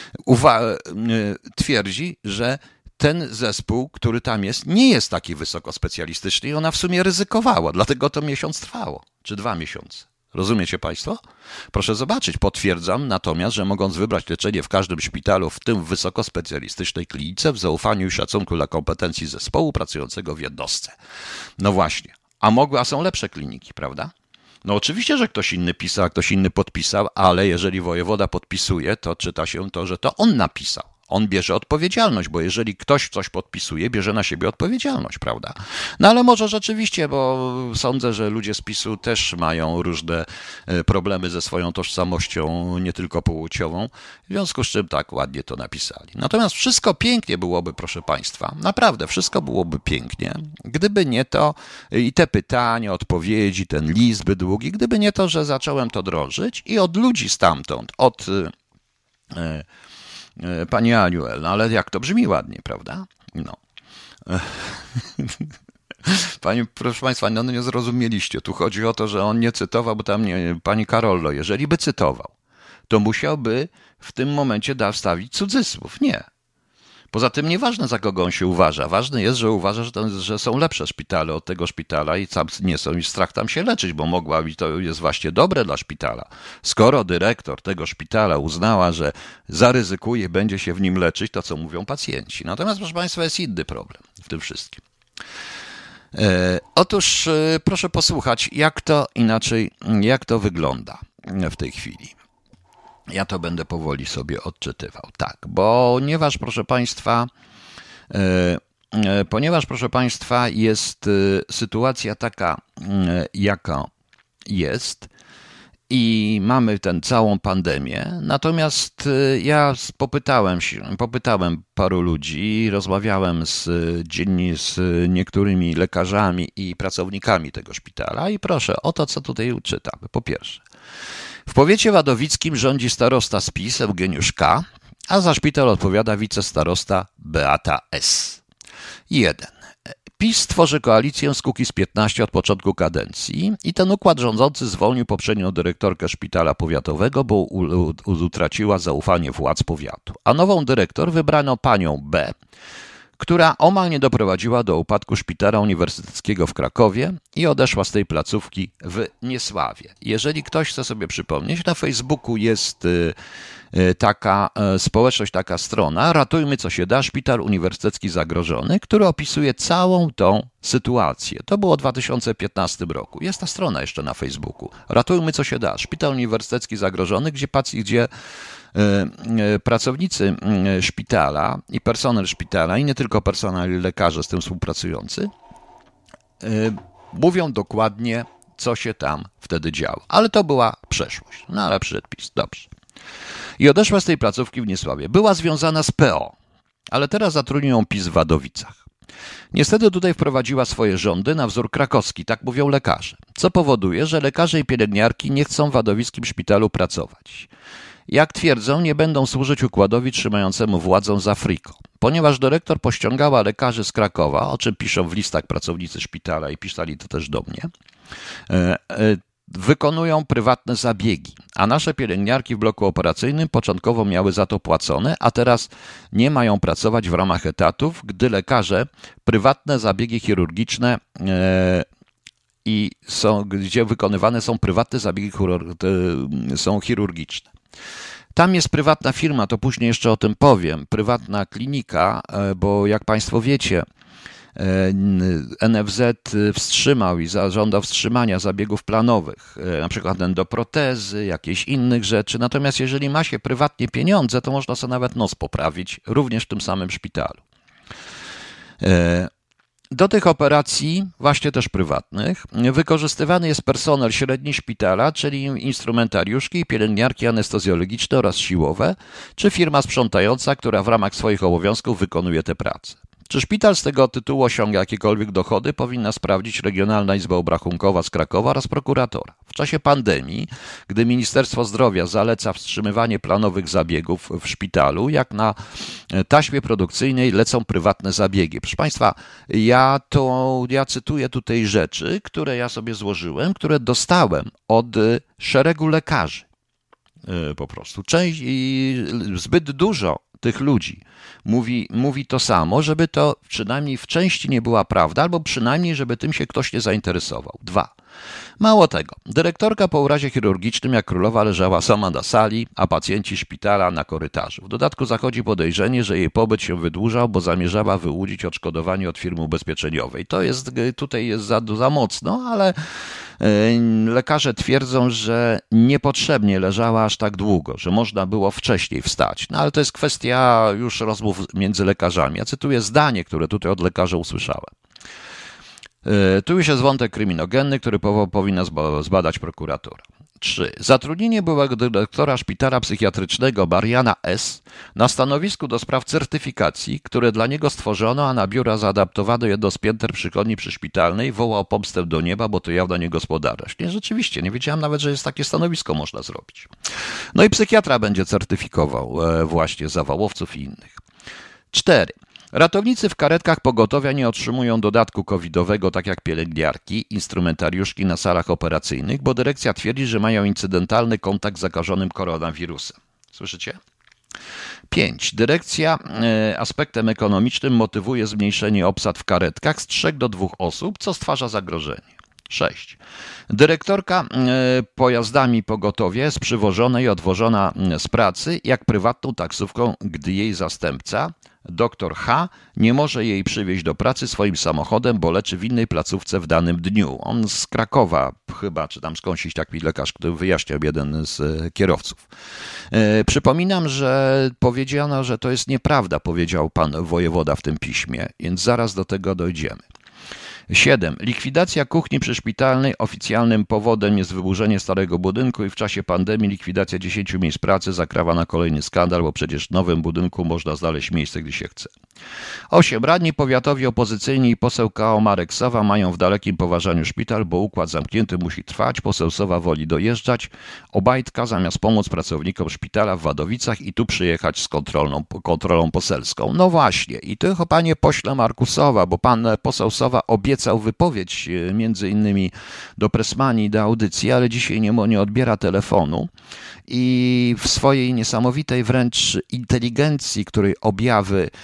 twierdzi, że ten zespół, który tam jest, nie jest taki wysokospecjalistyczny i ona w sumie ryzykowała, dlatego to miesiąc trwało, czy 2 miesiące. Rozumiecie Państwo? Proszę zobaczyć, potwierdzam natomiast, że mogąc wybrać leczenie w każdym szpitalu, w tym w wysokospecjalistycznej klinice, w zaufaniu i szacunku dla kompetencji zespołu pracującego w jednostce. No właśnie, a są lepsze kliniki, prawda? No oczywiście, że ktoś inny pisał, a ktoś inny podpisał, ale jeżeli wojewoda podpisuje, to czyta się to, że to on napisał. On bierze odpowiedzialność, bo jeżeli ktoś coś podpisuje, bierze na siebie odpowiedzialność, prawda? No ale może rzeczywiście, bo sądzę, że ludzie z PiS-u też mają różne problemy ze swoją tożsamością, nie tylko płciową, w związku z czym tak ładnie to napisali. Natomiast wszystko pięknie byłoby, proszę Państwa, naprawdę wszystko byłoby pięknie, gdyby nie to i te pytania, odpowiedzi, ten list by długi, gdyby nie to, że zacząłem to drążyć i od ludzi stamtąd, od pani Aniuel, no ale jak to brzmi ładnie, prawda? No. Proszę Państwa, no nie zrozumieliście. Tu chodzi o to, że on nie cytował, bo tam nie, pani Karollo, jeżeli by cytował, to musiałby w tym momencie wstawić cudzysłów. Nie. Poza tym nieważne, za kogo on się uważa. Ważne jest, że uważa, że są lepsze szpitale od tego szpitala i tam nie są i strach tam się leczyć, bo mogła i to jest właśnie dobre dla szpitala. Skoro dyrektor tego szpitala uznała, że zaryzykuje, będzie się w nim leczyć, to co mówią pacjenci. Natomiast, proszę Państwa, jest inny problem w tym wszystkim. Otóż proszę posłuchać, jak to wygląda w tej chwili. Ja to będę powoli sobie odczytywał. Tak, ponieważ proszę Państwa, jest sytuacja taka, jaka jest i mamy tę całą pandemię. Natomiast ja popytałem paru ludzi, rozmawiałem z niektórymi lekarzami i pracownikami tego szpitala i proszę o to, co tutaj czytamy. Po pierwsze, w powiecie wadowickim rządzi starosta z PiS Eugeniusz K., a za szpital odpowiada wicestarosta Beata S. 1. PiS tworzy koalicję z Kukiz15 od początku kadencji i ten układ rządzący zwolnił poprzednią dyrektorkę szpitala powiatowego, bo utraciła zaufanie władz powiatu. A nową dyrektor wybrano panią B., która omal nie doprowadziła do upadku szpitala uniwersyteckiego w Krakowie i odeszła z tej placówki w niesławie. Jeżeli ktoś chce sobie przypomnieć, na Facebooku jest taka społeczność, taka strona Ratujmy co się da, Szpital Uniwersytecki Zagrożony, który opisuje całą tą sytuację. To było w 2015 roku. Jest ta strona jeszcze na Facebooku. Ratujmy co się da, Szpital Uniwersytecki Zagrożony, gdzie pracownicy szpitala i personel szpitala, i nie tylko personel, ale lekarze z tym współpracujący, mówią dokładnie, co się tam wtedy działo. Ale to była przeszłość. No ale przyszedł PiS. Dobrze. I odeszła z tej placówki w niesławie. Była związana z PO, ale teraz zatrudnił ją PiS w Wadowicach. Niestety tutaj wprowadziła swoje rządy na wzór krakowski, tak mówią lekarze, co powoduje, że lekarze i pielęgniarki nie chcą w wadowickim szpitalu pracować. Jak twierdzą, nie będą służyć układowi trzymającemu władzę za friko. Ponieważ dyrektor pościągała lekarzy z Krakowa, o czym piszą w listach pracownicy szpitala i pisali to też do mnie, wykonują prywatne zabiegi, a nasze pielęgniarki w bloku operacyjnym początkowo miały za to płacone, a teraz nie mają pracować w ramach etatów, gdy lekarze prywatne zabiegi chirurgiczne gdzie wykonywane są prywatne zabiegi są chirurgiczne. Tam jest prywatna firma, to później jeszcze o tym powiem, prywatna klinika, bo jak Państwo wiecie, NFZ wstrzymał i zażądał wstrzymania zabiegów planowych, na przykład endoprotezy, jakichś innych rzeczy. Natomiast jeżeli ma się prywatnie pieniądze, to można sobie nawet nos poprawić, również w tym samym szpitalu. Do tych operacji, właśnie też prywatnych, wykorzystywany jest personel średni szpitala, czyli instrumentariuszki, pielęgniarki anestezjologiczne oraz siłowe, czy firma sprzątająca, która w ramach swoich obowiązków wykonuje te prace. Czy szpital z tego tytułu osiąga jakiekolwiek dochody, powinna sprawdzić Regionalna Izba Obrachunkowa z Krakowa oraz prokuratora. W czasie pandemii, gdy Ministerstwo Zdrowia zaleca wstrzymywanie planowych zabiegów w szpitalu, jak na taśmie produkcyjnej lecą prywatne zabiegi. Proszę Państwa, ja cytuję tutaj rzeczy, które ja sobie złożyłem, które dostałem od szeregu lekarzy. Po prostu. Zbyt dużo tych ludzi mówi to samo, żeby to przynajmniej w części nie była prawda, albo przynajmniej, żeby tym się ktoś nie zainteresował. 2. Mało tego, dyrektorka po urazie chirurgicznym jak królowa leżała sama na sali, a pacjenci szpitala na korytarzu. W dodatku zachodzi podejrzenie, że jej pobyt się wydłużał, bo zamierzała wyłudzić odszkodowanie od firmy ubezpieczeniowej. Tutaj jest za mocno, ale lekarze twierdzą, że niepotrzebnie leżała aż tak długo, że można było wcześniej wstać. No ale to jest kwestia już rozmów między lekarzami. Ja cytuję zdanie, które tutaj od lekarza usłyszałem. Tu już jest wątek kryminogenny, który powinna zbadać prokuratura. 3. Zatrudnienie byłego dyrektora szpitala psychiatrycznego Mariana S. na stanowisku do spraw certyfikacji, które dla niego stworzono, a na biura zaadaptowano jedno z pięter przychodni przyszpitalnej, wołał pomstę do nieba, bo to jawna niegospodarność. Nie, rzeczywiście, nie wiedziałem nawet, że jest takie stanowisko można zrobić. No i psychiatra będzie certyfikował właśnie zawałowców i innych. 4. Ratownicy w karetkach pogotowia nie otrzymują dodatku covidowego, tak jak pielęgniarki, instrumentariuszki na salach operacyjnych, bo dyrekcja twierdzi, że mają incydentalny kontakt z zakażonym koronawirusem. Słyszycie? 5. Dyrekcja aspektem ekonomicznym motywuje zmniejszenie obsad w karetkach z 3 do 2 osób, co stwarza zagrożenie. 6. Dyrektorka pojazdami pogotowia jest przywożona i odwożona z pracy jak prywatną taksówką, gdy jej zastępca, dr H., nie może jej przywieźć do pracy swoim samochodem, bo leczy w innej placówce w danym dniu. On z Krakowa chyba, czy tam skądś taki lekarz, który wyjaśniał jeden z kierowców. Przypominam, że powiedziano, że to jest nieprawda, powiedział pan wojewoda w tym piśmie, więc zaraz do tego dojdziemy. 7. Likwidacja kuchni przyszpitalnej. Oficjalnym powodem jest wyburzenie starego budynku i w czasie pandemii likwidacja 10 miejsc pracy zakrawa na kolejny skandal, bo przecież w nowym budynku można znaleźć miejsce, gdy się chce. 8. Radni powiatowi opozycyjni i poseł KO Marek Sowa mają w dalekim poważaniu szpital, bo układ zamknięty musi trwać. Poseł Sowa woli dojeżdżać. Obajtka zamiast pomóc pracownikom szpitala w Wadowicach i tu przyjechać z kontrolą poselską. No właśnie. I to, panie pośle Marku Sowa, bo pan poseł Sowa obiecał wypowiedź między innymi do Pressmanii, do audycji, ale dzisiaj nie odbiera telefonu i w swojej niesamowitej wręcz inteligencji, której objawy ciężko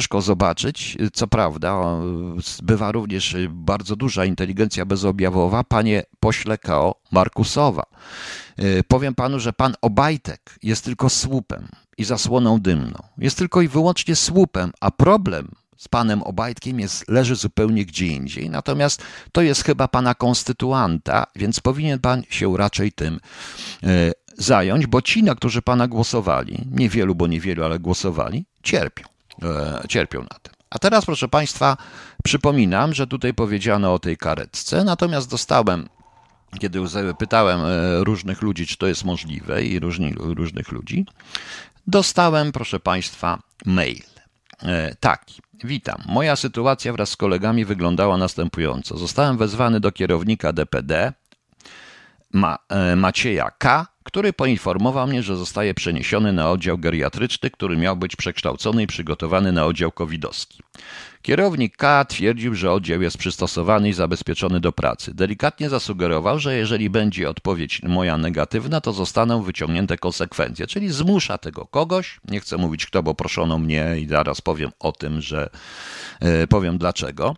ciężko zobaczyć. Co prawda, bywa również bardzo duża inteligencja bezobjawowa, panie pośle K.O. Markusowa. Powiem panu, że pan Obajtek jest tylko słupem i zasłoną dymną. Jest tylko i wyłącznie słupem, a problem z panem Obajtkiem leży zupełnie gdzie indziej. Natomiast to jest chyba pana konstytuanta, więc powinien pan się raczej tym zająć, bo ci, na którzy pana głosowali, niewielu, ale głosowali, cierpią na tym. A teraz, proszę państwa, przypominam, że tutaj powiedziano o tej karetce, natomiast dostałem, kiedy pytałem różnych ludzi, czy to jest możliwe i różnych ludzi, dostałem, proszę państwa, mail taki. Witam. Moja sytuacja wraz z kolegami wyglądała następująco. Zostałem wezwany do kierownika DPD Macieja K., który poinformował mnie, że zostaje przeniesiony na oddział geriatryczny, który miał być przekształcony i przygotowany na oddział covidowski. Kierownik K. twierdził, że oddział jest przystosowany i zabezpieczony do pracy. Delikatnie zasugerował, że jeżeli będzie odpowiedź moja negatywna, to zostaną wyciągnięte konsekwencje, czyli zmusza tego kogoś, nie chcę mówić kto, bo proszono mnie i zaraz powiem o tym, że powiem dlaczego,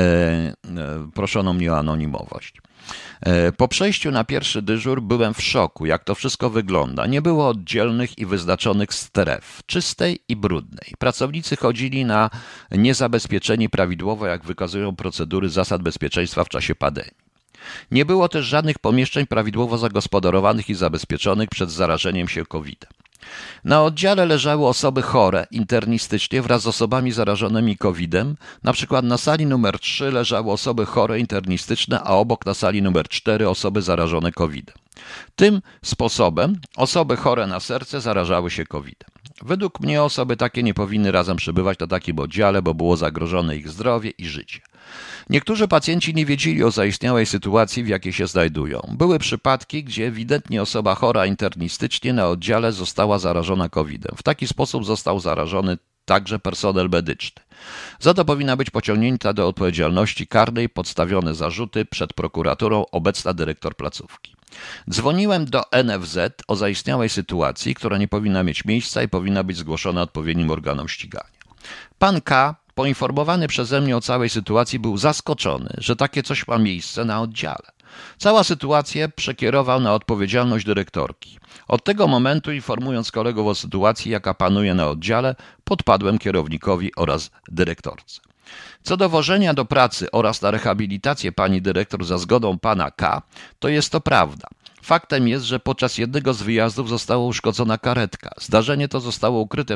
proszono mnie o anonimowość. Po przejściu na pierwszy dyżur byłem w szoku, jak to wszystko wygląda. Nie było oddzielnych i wyznaczonych stref, czystej i brudnej. Pracownicy chodzili na niezabezpieczeni prawidłowo, jak wykazują procedury zasad bezpieczeństwa w czasie pandemii. Nie było też żadnych pomieszczeń prawidłowo zagospodarowanych i zabezpieczonych przed zarażeniem się COVID-em. Na oddziale leżały osoby chore internistycznie wraz z osobami zarażonymi COVID-em. Na przykład na sali numer 3 leżały osoby chore internistyczne, a obok na sali numer 4 osoby zarażone COVID-em. Tym sposobem osoby chore na serce zarażały się COVID-em. Według mnie osoby takie nie powinny razem przebywać na takim oddziale, bo było zagrożone ich zdrowie i życie. Niektórzy pacjenci nie wiedzieli o zaistniałej sytuacji, w jakiej się znajdują. Były przypadki, gdzie ewidentnie osoba chora internistycznie na oddziale została zarażona COVID-em. W taki sposób został zarażony także personel medyczny. Za to powinna być pociągnięta do odpowiedzialności karnej, podstawione zarzuty przed prokuraturą obecna dyrektor placówki. Dzwoniłem do NFZ o zaistniałej sytuacji, która nie powinna mieć miejsca i powinna być zgłoszona odpowiednim organom ścigania. Pan K., poinformowany przeze mnie o całej sytuacji, był zaskoczony, że takie coś ma miejsce na oddziale. Cała sytuację przekierował na odpowiedzialność dyrektorki. Od tego momentu, informując kolegów o sytuacji, jaka panuje na oddziale, podpadłem kierownikowi oraz dyrektorce. Co do wożenia do pracy oraz na rehabilitację pani dyrektor za zgodą pana K., to jest to prawda. Faktem jest, że podczas jednego z wyjazdów została uszkodzona karetka. Zdarzenie to zostało ukryte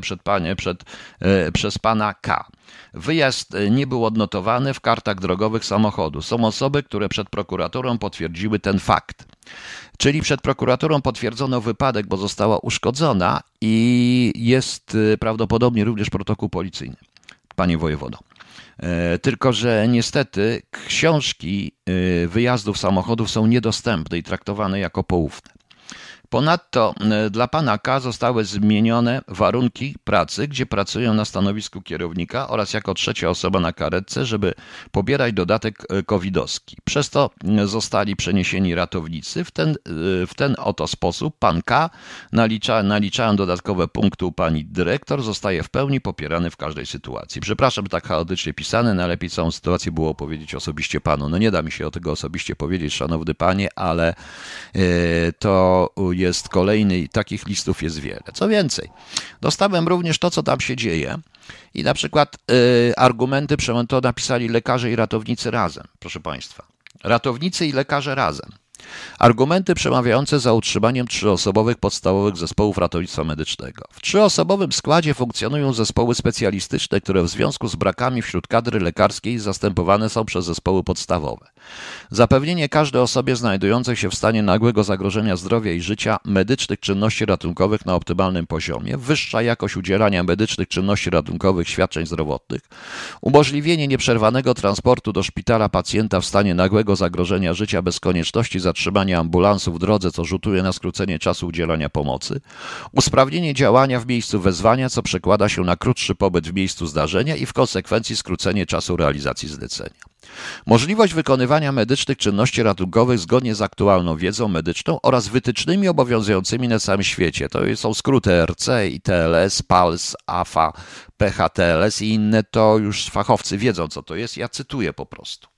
przez pana K. Wyjazd nie był odnotowany w kartach drogowych samochodu. Są osoby, które przed prokuraturą potwierdziły ten fakt. Czyli przed prokuraturą potwierdzono wypadek, bo została uszkodzona i jest prawdopodobnie również protokół policyjny, panie wojewodo. Tylko że niestety książki wyjazdów samochodów są niedostępne i traktowane jako poufne. Ponadto dla pana K. zostały zmienione warunki pracy, gdzie pracują na stanowisku kierownika oraz jako trzecia osoba na karetce, żeby pobierać dodatek covidowski. Przez to zostali przeniesieni ratownicy. W ten oto sposób pan K., naliczając dodatkowe punkty u pani dyrektor, zostaje w pełni popierany w każdej sytuacji. Przepraszam, że tak chaotycznie pisane, najlepiej całą sytuację było powiedzieć osobiście panu. No nie da mi się o tego osobiście powiedzieć, szanowny panie, ale to jest kolejny i takich listów jest wiele. Co więcej, dostałem również to, co tam się dzieje i na przykład argumenty, to napisali lekarze i ratownicy razem, proszę państwa. Ratownicy i lekarze razem. Argumenty przemawiające za utrzymaniem 3-osobowych podstawowych zespołów ratownictwa medycznego. W 3-osobowym składzie funkcjonują zespoły specjalistyczne, które w związku z brakami wśród kadry lekarskiej zastępowane są przez zespoły podstawowe. Zapewnienie każdej osobie znajdującej się w stanie nagłego zagrożenia zdrowia i życia medycznych czynności ratunkowych na optymalnym poziomie, wyższa jakość udzielania medycznych czynności ratunkowych świadczeń zdrowotnych, umożliwienie nieprzerwanego transportu do szpitala pacjenta w stanie nagłego zagrożenia życia bez konieczności zatrzymania ambulansu w drodze, co rzutuje na skrócenie czasu udzielania pomocy, usprawnienie działania w miejscu wezwania, co przekłada się na krótszy pobyt w miejscu zdarzenia i w konsekwencji skrócenie czasu realizacji zlecenia. Możliwość wykonywania medycznych czynności ratunkowych zgodnie z aktualną wiedzą medyczną oraz wytycznymi obowiązującymi na całym świecie. To są skróty RC, ITLS, PALS, AFA, PHTLS i inne, to już fachowcy wiedzą, co to jest. Ja cytuję po prostu.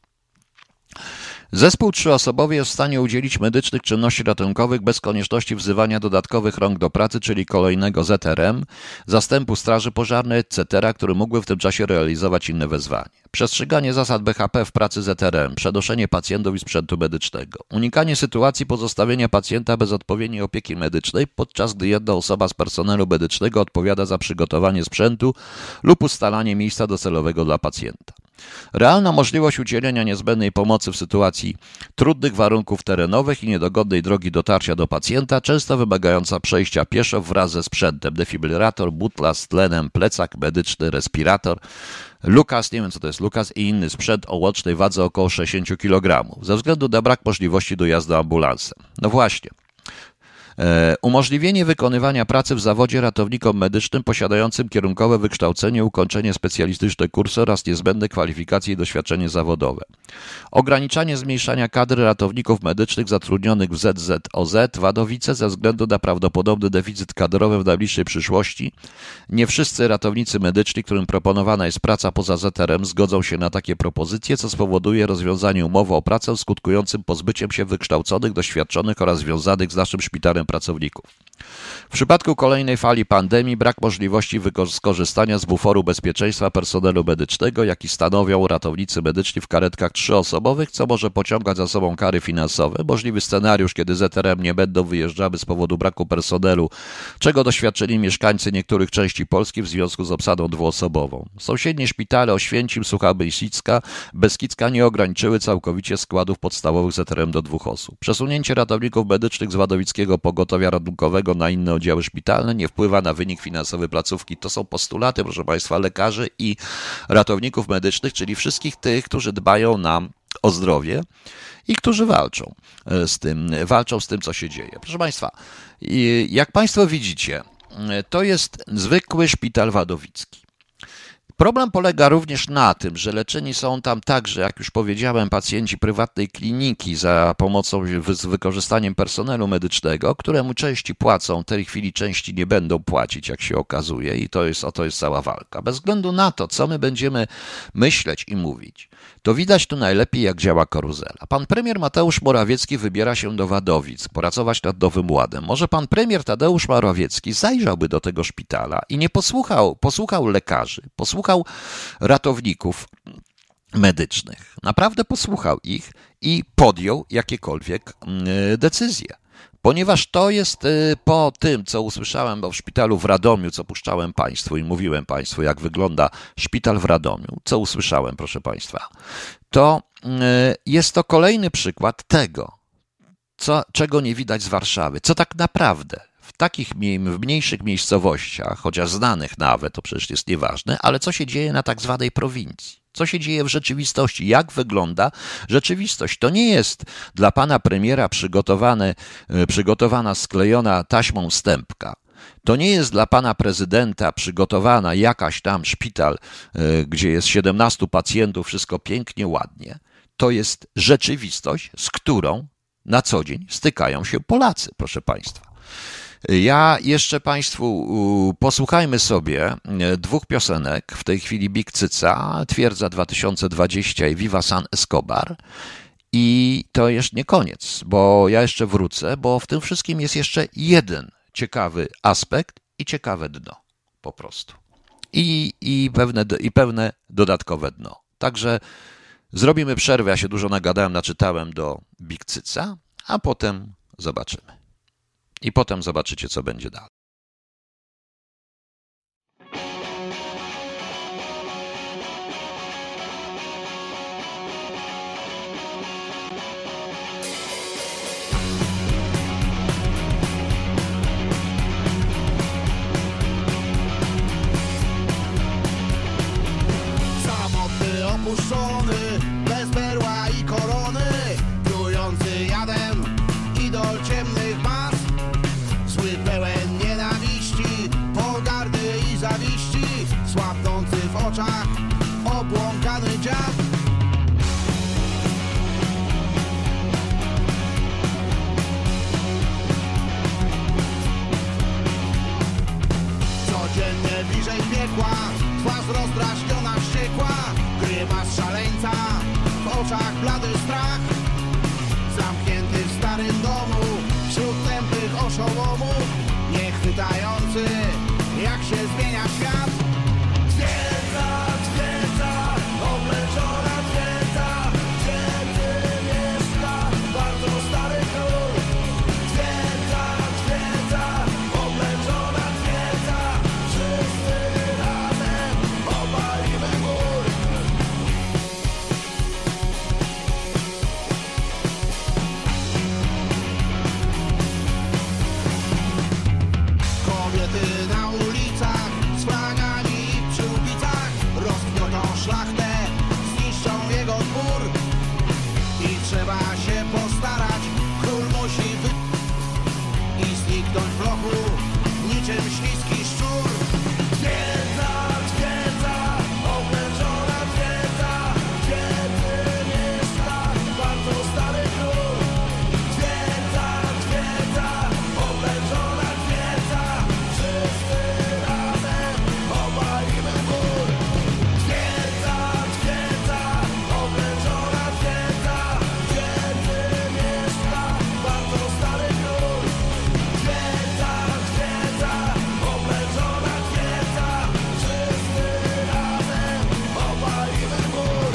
Zespół trzyosobowy jest w stanie udzielić medycznych czynności ratunkowych bez konieczności wzywania dodatkowych rąk do pracy, czyli kolejnego ZRM, zastępu straży pożarnej, etc., który mógłby w tym czasie realizować inne wezwanie. Przestrzeganie zasad BHP w pracy ZRM, przenoszenie pacjentów i sprzętu medycznego, unikanie sytuacji pozostawienia pacjenta bez odpowiedniej opieki medycznej, podczas gdy jedna osoba z personelu medycznego odpowiada za przygotowanie sprzętu lub ustalanie miejsca docelowego dla pacjenta. Realna możliwość udzielenia niezbędnej pomocy w sytuacji trudnych warunków terenowych i niedogodnej drogi dotarcia do pacjenta, często wymagająca przejścia pieszo wraz ze sprzętem, defibrylator, butla z tlenem, plecak medyczny, respirator, Lukas, nie wiem co to jest Lukas, i inny sprzęt o łącznej wadze około 60 kg, ze względu na brak możliwości dojazdu ambulansem. No właśnie. Umożliwienie wykonywania pracy w zawodzie ratownikom medycznym posiadającym kierunkowe wykształcenie, ukończenie specjalistyczne kursy oraz niezbędne kwalifikacje i doświadczenie zawodowe. Ograniczanie zmniejszania kadry ratowników medycznych zatrudnionych w ZZOZ Wadowice ze względu na prawdopodobny deficyt kadrowy w najbliższej przyszłości. Nie wszyscy ratownicy medyczni, którym proponowana jest praca poza ZRM, zgodzą się na takie propozycje, co spowoduje rozwiązanie umowy o pracę skutkującym pozbyciem się wykształconych, doświadczonych oraz związanych z naszym szpitalem pracowników. W przypadku kolejnej fali pandemii brak możliwości skorzystania z buforu bezpieczeństwa personelu medycznego, jaki stanowią ratownicy medyczni w karetkach trzyosobowych, co może pociągać za sobą kary finansowe, możliwy scenariusz, kiedy ZRM nie będą wyjeżdżały z powodu braku personelu, czego doświadczyli mieszkańcy niektórych części Polski w związku z obsadą dwuosobową. Sąsiednie szpitale Oświęcim, Sucha Beskidzka nie ograniczyły całkowicie składów podstawowych ZRM do 2 osób. Przesunięcie ratowników medycznych z Wadowickiego Pogotowia Ratunkowego na inne oddziały szpitalne nie wpływa na wynik finansowy placówki. To są postulaty, proszę Państwa, lekarzy i ratowników medycznych, czyli wszystkich tych, którzy dbają nam o zdrowie i którzy walczą z tym, co się dzieje. Proszę Państwa, jak Państwo widzicie, to jest zwykły szpital wadowicki. Problem polega również na tym, że leczeni są tam także, jak już powiedziałem, pacjenci prywatnej kliniki za pomocą, z wykorzystaniem personelu medycznego, któremu części płacą, w tej chwili części nie będą płacić, jak się okazuje, i to jest cała walka. Bez względu na to, co my będziemy myśleć i mówić, to widać tu najlepiej, jak działa karuzela. Pan premier Mateusz Morawiecki wybiera się do Wadowic pracować nad Nowym Ładem. Może pan premier Tadeusz Morawiecki zajrzałby do tego szpitala i nie posłuchał lekarzy, posłuchał ratowników medycznych. Naprawdę posłuchał ich i podjął jakiekolwiek decyzje. Ponieważ to jest po tym, co usłyszałem w szpitalu w Radomiu, co puszczałem Państwu i mówiłem Państwu, jak wygląda szpital w Radomiu, co usłyszałem, proszę Państwa, to jest to kolejny przykład tego, czego nie widać z Warszawy, co tak naprawdę w mniejszych miejscowościach, chociaż znanych nawet, to przecież jest nieważne, ale co się dzieje na tak zwanej prowincji? Co się dzieje w rzeczywistości? Jak wygląda rzeczywistość? To nie jest dla pana premiera przygotowana, sklejona taśmą stępka. To nie jest dla pana prezydenta przygotowana jakaś tam szpital, gdzie jest 17 pacjentów, wszystko pięknie, ładnie. To jest rzeczywistość, z którą na co dzień stykają się Polacy, proszę Państwa. Ja jeszcze Państwu posłuchajmy sobie 2 piosenek, w tej chwili Big Cyca, Twierdza 2020 i Viva San Escobar. I to jeszcze nie koniec, bo ja jeszcze wrócę, bo w tym wszystkim jest jeszcze jeden ciekawy aspekt i ciekawe dno po prostu. I pewne dodatkowe dno. Także zrobimy przerwę, ja się dużo nagadałem, naczytałem do Big Cyca, a potem zobaczymy. I potem zobaczycie, co będzie dalej. Samotny, opuszczony, bez berła i korony, plujący jadem, idol ciemnych mas. Zły pełen nienawiści, pogardy i zawiści, słabnący w oczach, obłąkany dziad. rozdrażniona, wściekła, grymas szaleńca, w oczach blady strach. Zamknięty w starym domu, wśród tępych oszołomów, nie chwytający, jak się zmienia świat. Twierdza, twierdza, oblężona twierdza, gdzie ty mieszka bardzo stary król. Twierdza, twierdza, oblężona twierdza, wszyscy razem obalimy mur. Kobiety na ulicach z flagami i przy ubicach rozgniotą szlachtę, zniszczą jego dwór. I trzeba się postarać, król musi i zniknąć w lochu niczym śliski szczur. Twierdza, twierdza, oblężona twierdza, gdzie ty mieszka bardzo stary król. Twierdza, twierdza, oblężona twierdza, wszyscy razem obalimy mur. Twierdza, twierdza, oblężona twierdza, gdzie ty mieszka bardzo stary król. Twierdza, twierdza, oblężona twierdza, wszyscy razem obalimy mur.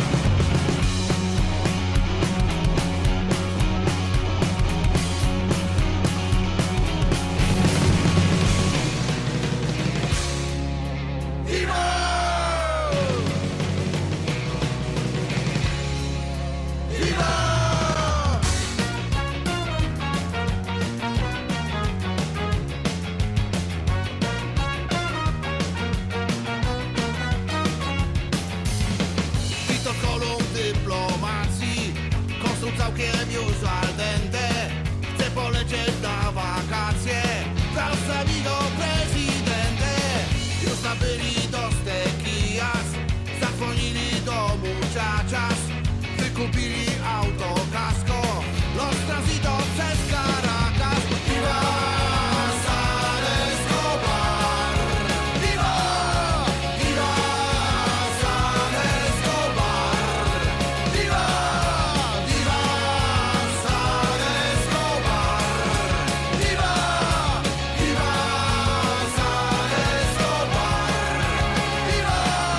Wito Kolumb dyplomacji, konsul całkiem już al dente. Chce polecieć na wakacje, zastawi go prezydentę. Już nabyli do Stequijas, zadzwonili do muchachas, wykupili auto kasko, Los Transito przez Caracas. Viva San Escobar, viva, viva San Escobar, viva, viva San Escobar, viva, viva San Escobar, viva.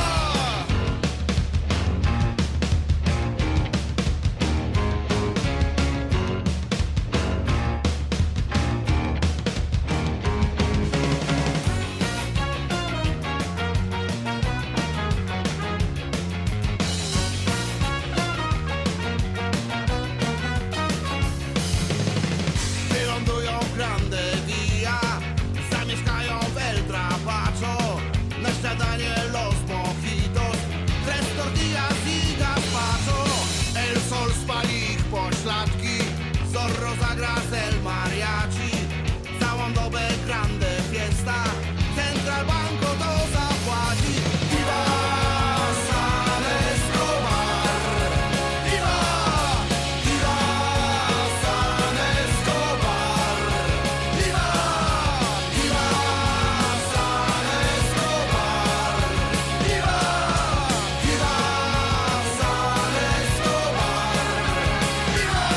Wylądują w Grande Via, zamieszkają w El Trapacho. Na śniadanie Los Mojitos, tres tortillas i gazpacho. El Sol spali ich pośladki, Zorro zagra z El Mariachi. Całą dobę Grande Fiesta, Central Banco to zapłaci. Viva San Escobar, viva, viva San Escobar, viva, viva San Escobar, viva, viva San Escobar,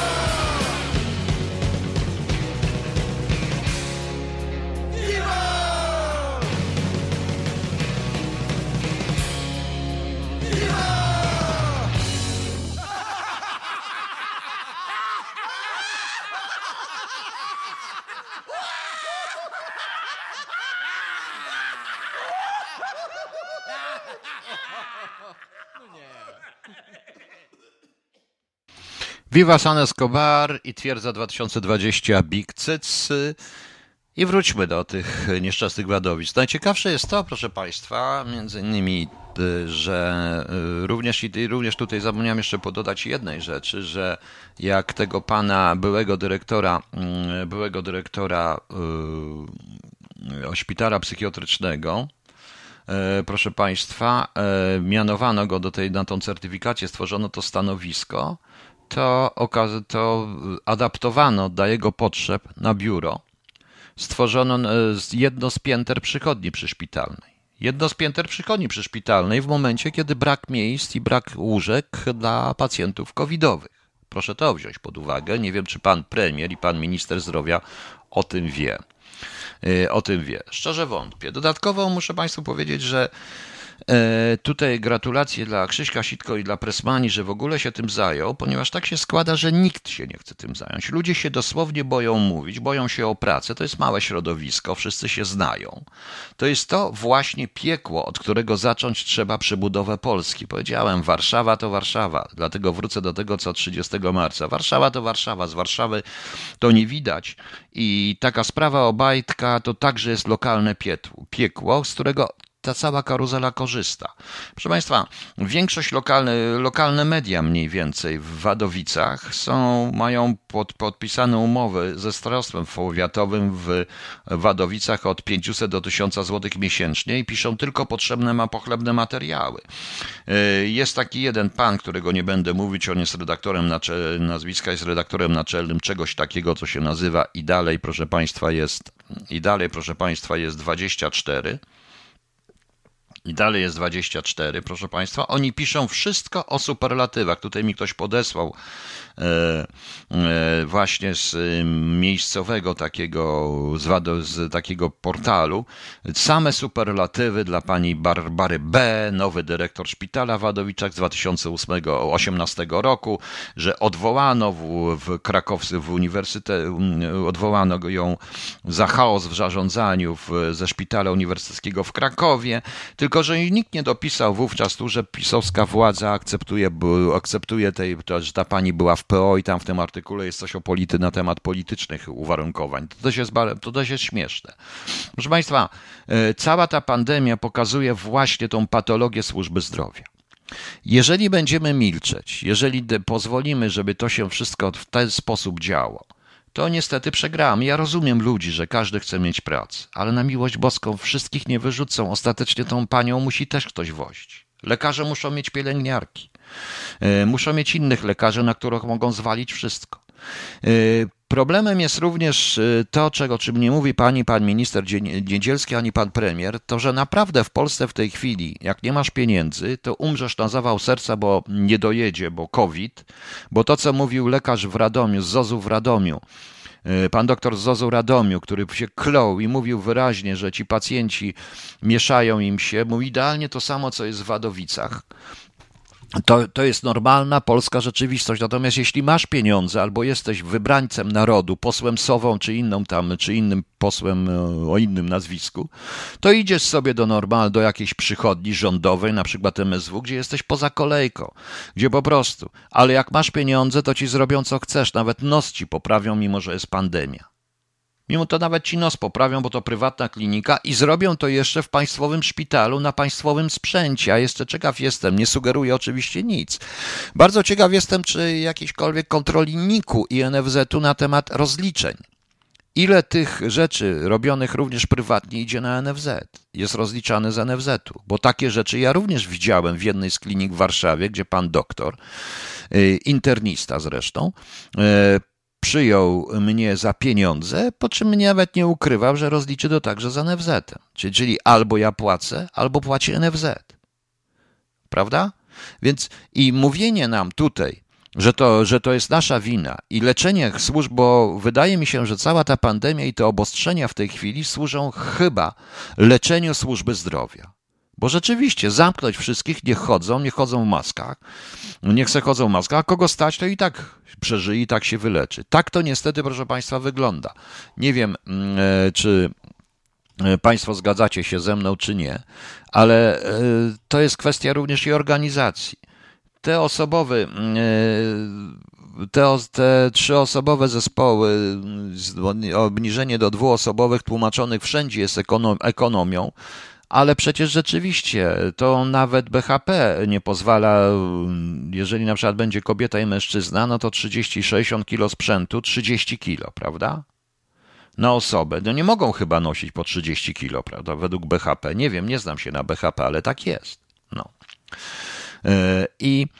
Viva San Escobar i Twierdza 2020 Big Cyc. I wróćmy do tych nieszczęsnych Władowic. Najciekawsze jest to, proszę Państwa, między innymi, że również tutaj zapomniałem jeszcze dodać jednej rzeczy, że jak tego pana byłego dyrektora szpitala psychiatrycznego, proszę Państwa, mianowano go na tą certyfikację, stworzono to stanowisko, to adaptowano dla jego potrzeb na biuro. Stworzono jedno z pięter przychodni przyszpitalnej. Jedno z pięter przychodni przyszpitalnej w momencie, kiedy brak miejsc i brak łóżek dla pacjentów covidowych. Proszę to wziąć pod uwagę. Nie wiem, czy pan premier i pan minister zdrowia o tym wie. Szczerze wątpię. Dodatkowo muszę państwu powiedzieć, że tutaj gratulacje dla Krzyśka Sitko i dla Pressmani, że w ogóle się tym zajął, ponieważ tak się składa, że nikt się nie chce tym zająć. Ludzie się dosłownie boją mówić, boją się o pracę. To jest małe środowisko, wszyscy się znają. To jest to właśnie piekło, od którego zacząć trzeba przebudowę Polski. Powiedziałem, Warszawa to Warszawa, dlatego wrócę do tego, co 30 marca. Warszawa to Warszawa, z Warszawy to nie widać i taka sprawa Obajtka to także jest lokalne piekło, z którego ta cała karuzela korzysta. Proszę państwa, większość lokalne media mniej więcej w Wadowicach mają podpisane umowy ze starostwem powiatowym w Wadowicach od 500 do 1000 zł miesięcznie i piszą tylko pochlebne materiały. Jest taki jeden pan, którego nie będę mówić, on jest redaktorem nazwiska, jest redaktorem naczelnym czegoś takiego, co się nazywa i dalej, proszę państwa, jest 24. I dalej jest 24, proszę państwa. Oni piszą wszystko o superlatywach. Tutaj mi ktoś podesłał właśnie z miejscowego z takiego portalu. Same superlatywy dla pani Barbary B., nowy dyrektor szpitala w Wadowicach z 2018 roku, że odwołano w odwołano ją za chaos w zarządzaniu ze szpitala uniwersyteckiego w Krakowie, tylko że nikt nie dopisał wówczas tu, że pisowska władza akceptuje że ta pani była w PO i tam w tym artykule jest coś na temat politycznych uwarunkowań. To też jest śmieszne. Proszę państwa, cała ta pandemia pokazuje właśnie tą patologię służby zdrowia. Jeżeli będziemy milczeć, jeżeli pozwolimy, żeby to się wszystko w ten sposób działo, to niestety przegramy. Ja rozumiem ludzi, że każdy chce mieć pracę, ale na miłość boską wszystkich nie wyrzucą. Ostatecznie tą panią musi też ktoś wozić. Lekarze muszą mieć pielęgniarki. Muszą mieć innych lekarzy, na których mogą zwalić wszystko. Problemem jest również to, o czym nie mówi pan minister Niedzielski, ani pan premier, to, że naprawdę w Polsce w tej chwili, jak nie masz pieniędzy, to umrzesz na zawał serca, bo nie dojedzie, bo COVID, bo to, co mówił lekarz w Radomiu, z ZOZ-u w Radomiu, pan doktor z ZOZ-u Radomiu, który się klął i mówił wyraźnie, że ci pacjenci mieszają im się, mówił idealnie to samo, co jest w Wadowicach. To jest normalna polska rzeczywistość. Natomiast jeśli masz pieniądze albo jesteś wybrańcem narodu, posłem Sową czy innym posłem o innym nazwisku, to idziesz sobie do jakiejś przychodni rządowej, na przykład MSW, gdzie jesteś poza kolejką, gdzie po prostu. Ale jak masz pieniądze, to ci zrobią co chcesz. Nawet nos ci poprawią, mimo że jest pandemia. Mimo to nawet ci nos poprawią, bo to prywatna klinika i zrobią to jeszcze w państwowym szpitalu na państwowym sprzęcie. A jeszcze ciekaw jestem, nie sugeruję oczywiście nic. Bardzo ciekaw jestem, czy jakiejśkolwiek kontroli NIK-u i NFZ-u na temat rozliczeń. Ile tych rzeczy robionych również prywatnie idzie na NFZ? Jest rozliczane z NFZ-u. Bo takie rzeczy ja również widziałem w jednej z klinik w Warszawie, gdzie pan doktor, internista zresztą, przyjął mnie za pieniądze, po czym mnie nawet nie ukrywał, że rozliczy to także z NFZ-em. Czyli albo ja płacę, albo płaci NFZ. Prawda? Więc i mówienie nam tutaj, że to jest nasza wina i leczenie służb, bo wydaje mi się, że cała ta pandemia i te obostrzenia w tej chwili służą chyba leczeniu służby zdrowia. Bo rzeczywiście zamknąć wszystkich, niech chodzą w maskach, niech se chodzą w maskach, a kogo stać, to i tak przeżyje, i tak się wyleczy. Tak to niestety, proszę państwa, wygląda. Nie wiem, czy państwo zgadzacie się ze mną, czy nie, ale to jest kwestia również i organizacji. Te trzyosobowe zespoły, obniżenie do dwuosobowych tłumaczonych wszędzie jest ekonomią, ale przecież rzeczywiście to nawet BHP nie pozwala, jeżeli na przykład będzie kobieta i mężczyzna, no to 30-60 kilo sprzętu, 30 kilo, prawda? Na osobę. No nie mogą chyba nosić po 30 kilo, prawda? Według BHP. Nie wiem, nie znam się na BHP, ale tak jest. No. I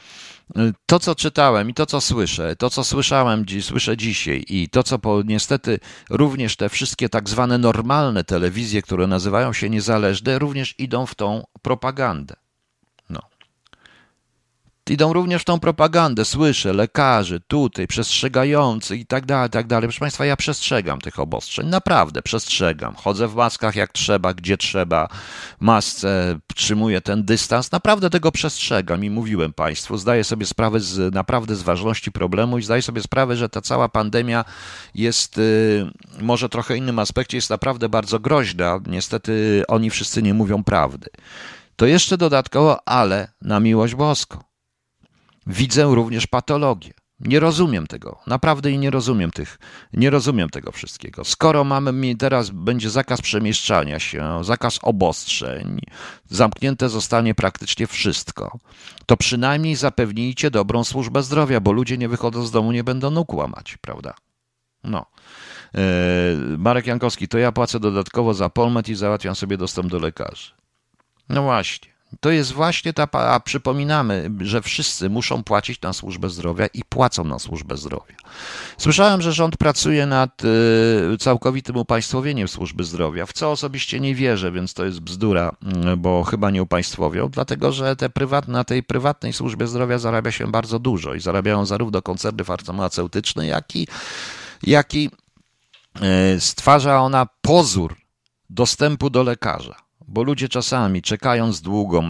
To, co czytałem i to, co słyszę, to, co słyszę dzisiaj i to, co niestety również te wszystkie tak zwane normalne telewizje, które nazywają się niezależne, również idą w tą propagandę. No. Idą również w tą propagandę. Słyszę lekarzy tutaj przestrzegających i tak dalej, tak dalej. Proszę Państwa, ja przestrzegam tych obostrzeń. Naprawdę przestrzegam. Chodzę w maskach jak trzeba, gdzie trzeba. Masce, przyjmuję ten dystans. Naprawdę tego przestrzegam i mówiłem Państwu. Zdaję sobie sprawę naprawdę z ważności problemu i zdaję sobie sprawę, że ta cała pandemia jest może trochę innym aspekcie, jest naprawdę bardzo groźna. Niestety oni wszyscy nie mówią prawdy. To jeszcze dodatkowo, ale na miłość boską. Widzę również patologię. Nie rozumiem tego. Naprawdę i nie rozumiem tego wszystkiego. Skoro teraz będzie zakaz przemieszczania się, zakaz obostrzeń, zamknięte zostanie praktycznie wszystko, to przynajmniej zapewnijcie dobrą służbę zdrowia, bo ludzie nie wychodzą z domu, nie będą nóg łamać, prawda? No. Marek Jankowski, to ja płacę dodatkowo za Polmet i załatwiam sobie dostęp do lekarzy. No właśnie. To jest właśnie a przypominamy, że wszyscy muszą płacić na służbę zdrowia i płacą na służbę zdrowia. Słyszałem, że rząd pracuje nad całkowitym upaństwowieniem służby zdrowia, w co osobiście nie wierzę, więc to jest bzdura, bo chyba nie upaństwowią, dlatego że na tej prywatnej służbie zdrowia zarabia się bardzo dużo i zarabiają zarówno koncerny farmaceutyczne, jak i stwarza ona pozór dostępu do lekarza. Bo ludzie czasami czekając długo,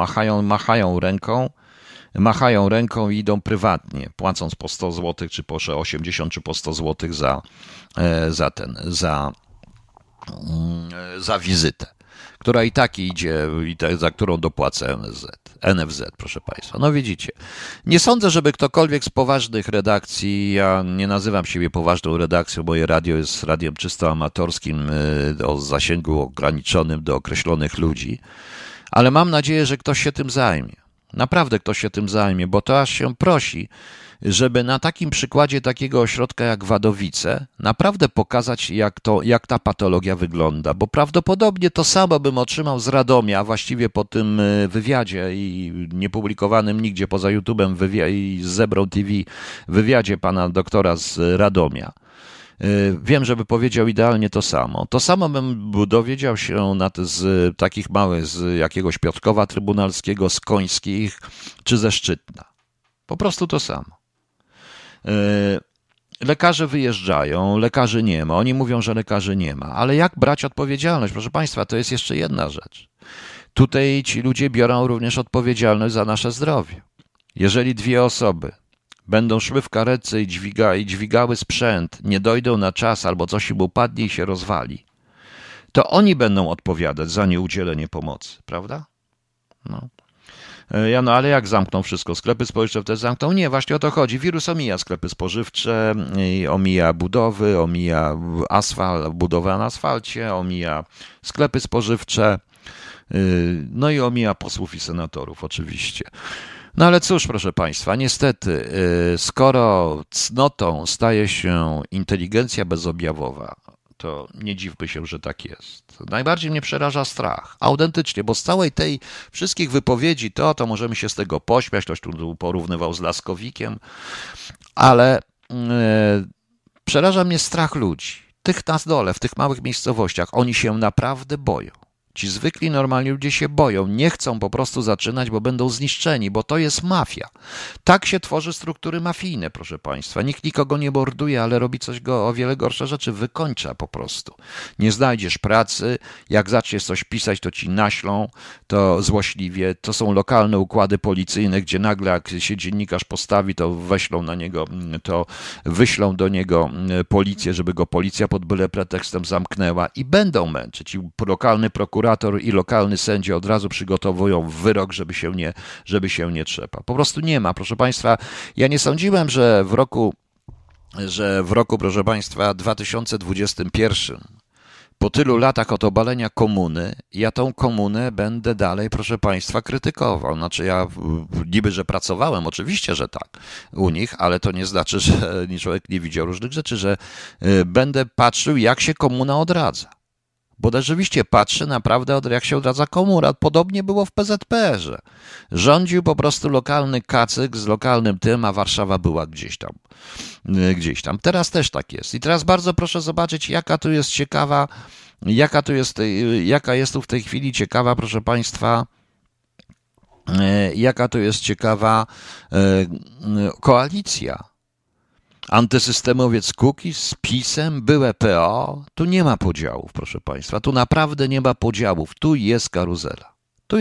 machają ręką i idą prywatnie, płacąc po 100 zł, czy po 80, czy po 100 zł za wizytę, która i tak idzie, za którą dopłaca NFZ, proszę Państwa. No widzicie, nie sądzę, żeby ktokolwiek z poważnych redakcji, ja nie nazywam siebie poważną redakcją, moje radio jest radiem czysto amatorskim, o zasięgu ograniczonym do określonych ludzi, ale mam nadzieję, że ktoś się tym zajmie. Naprawdę ktoś się tym zajmie, bo to aż się prosi, żeby na takim przykładzie takiego ośrodka jak Wadowice naprawdę pokazać, jak ta patologia wygląda, bo prawdopodobnie to samo bym otrzymał z Radomia, właściwie po tym wywiadzie i niepublikowanym nigdzie poza YouTube'em i z Zebrą TV wywiadzie pana doktora z Radomia. Wiem, żeby powiedział idealnie to samo. To samo bym dowiedział się z takich małych, z jakiegoś Piotrkowa Trybunalskiego, z Końskich czy ze Szczytna. Po prostu to samo. Lekarze wyjeżdżają, lekarzy nie ma. Oni mówią, że lekarzy nie ma. Ale jak brać odpowiedzialność? Proszę Państwa, to jest jeszcze jedna rzecz. Tutaj ci ludzie biorą również odpowiedzialność za nasze zdrowie. Jeżeli 2 osoby będą szły w karetce i dźwigały sprzęt, nie dojdą na czas albo coś im upadnie i się rozwali, to oni będą odpowiadać za nieudzielenie pomocy, prawda? No. Ale jak zamkną wszystko? Sklepy spożywcze też zamkną? Nie, właśnie o to chodzi. Wirus omija sklepy spożywcze, omija budowy, omija budowę na asfalcie, omija sklepy spożywcze, no i omija posłów i senatorów oczywiście. No ale cóż, proszę Państwa, niestety, skoro cnotą staje się inteligencja bezobjawowa, to nie dziwmy się, że tak jest. Najbardziej mnie przeraża strach. Autentycznie, bo z całej tej wszystkich wypowiedzi to możemy się z tego pośmiać, ktoś tu porównywał z Laskowikiem, ale przeraża mnie strach ludzi. Tych na dole, w tych małych miejscowościach, oni się naprawdę boją. Ci zwykli, normalni ludzie się boją, nie chcą po prostu zaczynać, bo będą zniszczeni, bo to jest mafia. Tak się tworzy struktury mafijne, proszę Państwa. Nikt nikogo nie morduje, ale robi coś o wiele gorsze rzeczy, wykończa po prostu. Nie znajdziesz pracy, jak zaczniesz coś pisać, to ci naślą, to złośliwie. To są lokalne układy policyjne, gdzie nagle jak się dziennikarz postawi, to wyślą do niego policję, żeby go policja pod byle pretekstem zamknęła i będą męczyć. I lokalny prokurator i lokalny sędzia od razu przygotowują wyrok, żeby się nie trzepał. Po prostu nie ma. Proszę Państwa, ja nie sądziłem, że w roku, proszę Państwa, 2021, po tylu latach od obalenia komuny, ja tą komunę będę dalej, proszę Państwa, krytykował. Znaczy ja niby, że pracowałem, oczywiście, że tak u nich, ale to nie znaczy, że człowiek nie widział różnych rzeczy, że będę patrzył, jak się komuna odradza. bo rzeczywiście patrzy naprawdę, jak się odradza komuna. Podobnie było w PZPR-ze. Rządził po prostu lokalny kacyk z lokalnym tym, a Warszawa była gdzieś tam. Teraz też tak jest. I teraz bardzo proszę zobaczyć, jaka jest tu w tej chwili ciekawa, proszę Państwa, jaka to jest ciekawa koalicja. Antysystemowiec Kukiz z PiS-em, byłe PO, tu nie ma podziałów, proszę Państwa, tu naprawdę nie ma podziałów, tu jest karuzela.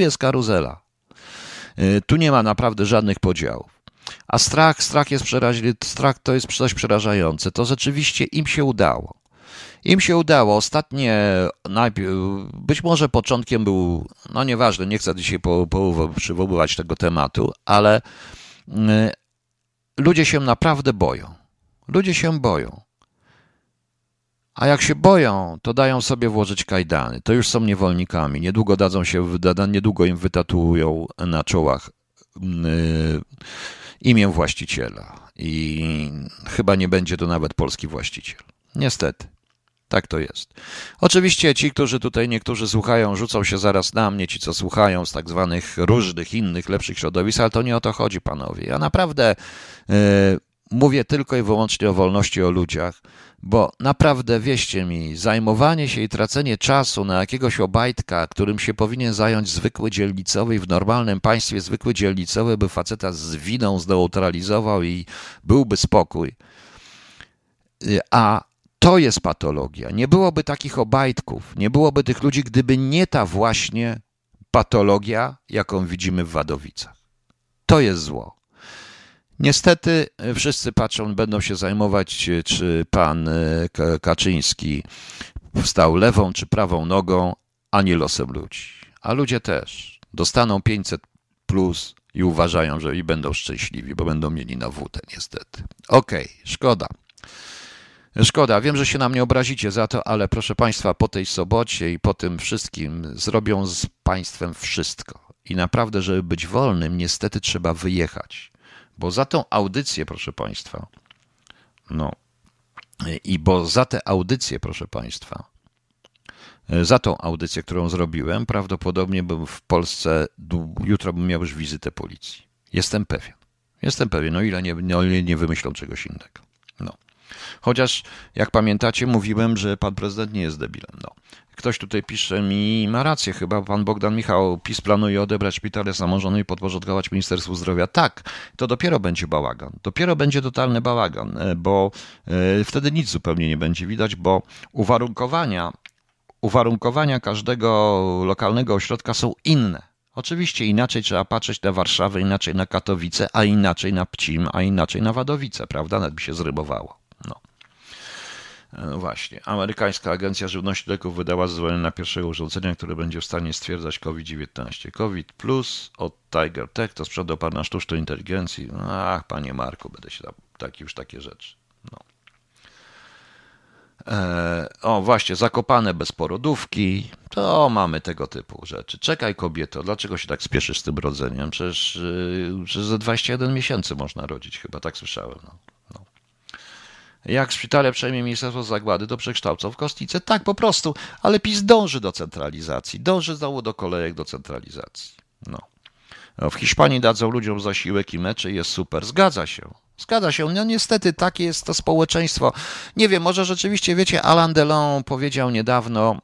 Tu nie ma naprawdę żadnych podziałów. A strach to jest coś przerażające, to rzeczywiście im się udało. Ostatnie, być może początkiem był, no nieważne, nie chcę dzisiaj przywoływać tego tematu, ale ludzie się naprawdę boją. A jak się boją, to dają sobie włożyć kajdany. To już są niewolnikami. Niedługo im wytatuują na czołach imię właściciela. I chyba nie będzie to nawet polski właściciel. Niestety. Tak to jest. Oczywiście ci, którzy tutaj niektórzy słuchają, rzucą się zaraz na mnie, ci co słuchają z tak zwanych różnych innych, lepszych środowisk, ale to nie o to chodzi, panowie. Ja naprawdę mówię tylko i wyłącznie o wolności, o ludziach, bo naprawdę, wierzcie mi, zajmowanie się i tracenie czasu na jakiegoś obajtka, którym się powinien zająć zwykły dzielnicowy i w normalnym państwie zwykły dzielnicowy by faceta z winą zneutralizował i byłby spokój. A to jest patologia. Nie byłoby takich obajtków, nie byłoby tych ludzi, gdyby nie ta właśnie patologia, jaką widzimy w Wadowicach. To jest zło. Niestety wszyscy patrzą, będą się zajmować, czy pan Kaczyński wstał lewą czy prawą nogą, a nie losem ludzi. A ludzie też dostaną 500 plus i uważają, że i będą szczęśliwi, bo będą mieli na wódę, niestety. Okej, szkoda. Wiem, że się na mnie obrazicie za to, ale proszę Państwa, po tej sobocie i po tym wszystkim zrobią z państwem wszystko. I naprawdę, żeby być wolnym, niestety trzeba wyjechać. Bo za tą audycję, proszę Państwa, za tą audycję, którą zrobiłem, prawdopodobnie bym w Polsce, jutro bym miał już wizytę policji. Jestem pewien, o ile nie wymyślą czegoś innego. Chociaż, jak pamiętacie, mówiłem, że pan prezydent nie jest debilem. Ktoś tutaj pisze mi, ma rację chyba, pan Bogdan Michał, PiS planuje odebrać szpitale samorządowi i podporządkować Ministerstwu Zdrowia. Tak, to dopiero będzie bałagan. Dopiero będzie totalny bałagan, bo wtedy nic zupełnie nie będzie widać, bo uwarunkowania każdego lokalnego ośrodka są inne. Oczywiście inaczej trzeba patrzeć na Warszawę, inaczej na Katowice, a inaczej na Pcim, a inaczej na Wadowice, prawda? Nawet by się zrymowało. No właśnie. Amerykańska Agencja Żywności i Leków wydała zezwolenie na pierwszego urządzenia, które będzie w stanie stwierdzać COVID-19. COVID plus od Tiger Tech to sprzedał pan na sztucznej inteligencji. Ach, panie Marku, będę się już takie rzeczy. O, właśnie, zakopane bez porodówki. To mamy tego typu rzeczy. Czekaj, kobieto, dlaczego się tak spieszysz z tym rodzeniem? Przecież za 21 miesięcy można rodzić, chyba tak słyszałem. Jak szpitale przejmie Ministerstwo Zagłady, to przekształcą w kostnicę. Tak, po prostu. Ale PiS dąży do centralizacji. Dąży znowu do kolejek, do centralizacji. W Hiszpanii dadzą ludziom zasiłek i mecze i jest super. Zgadza się. No niestety takie jest to społeczeństwo. Nie wiem, może rzeczywiście, wiecie, Alain Delon powiedział niedawno,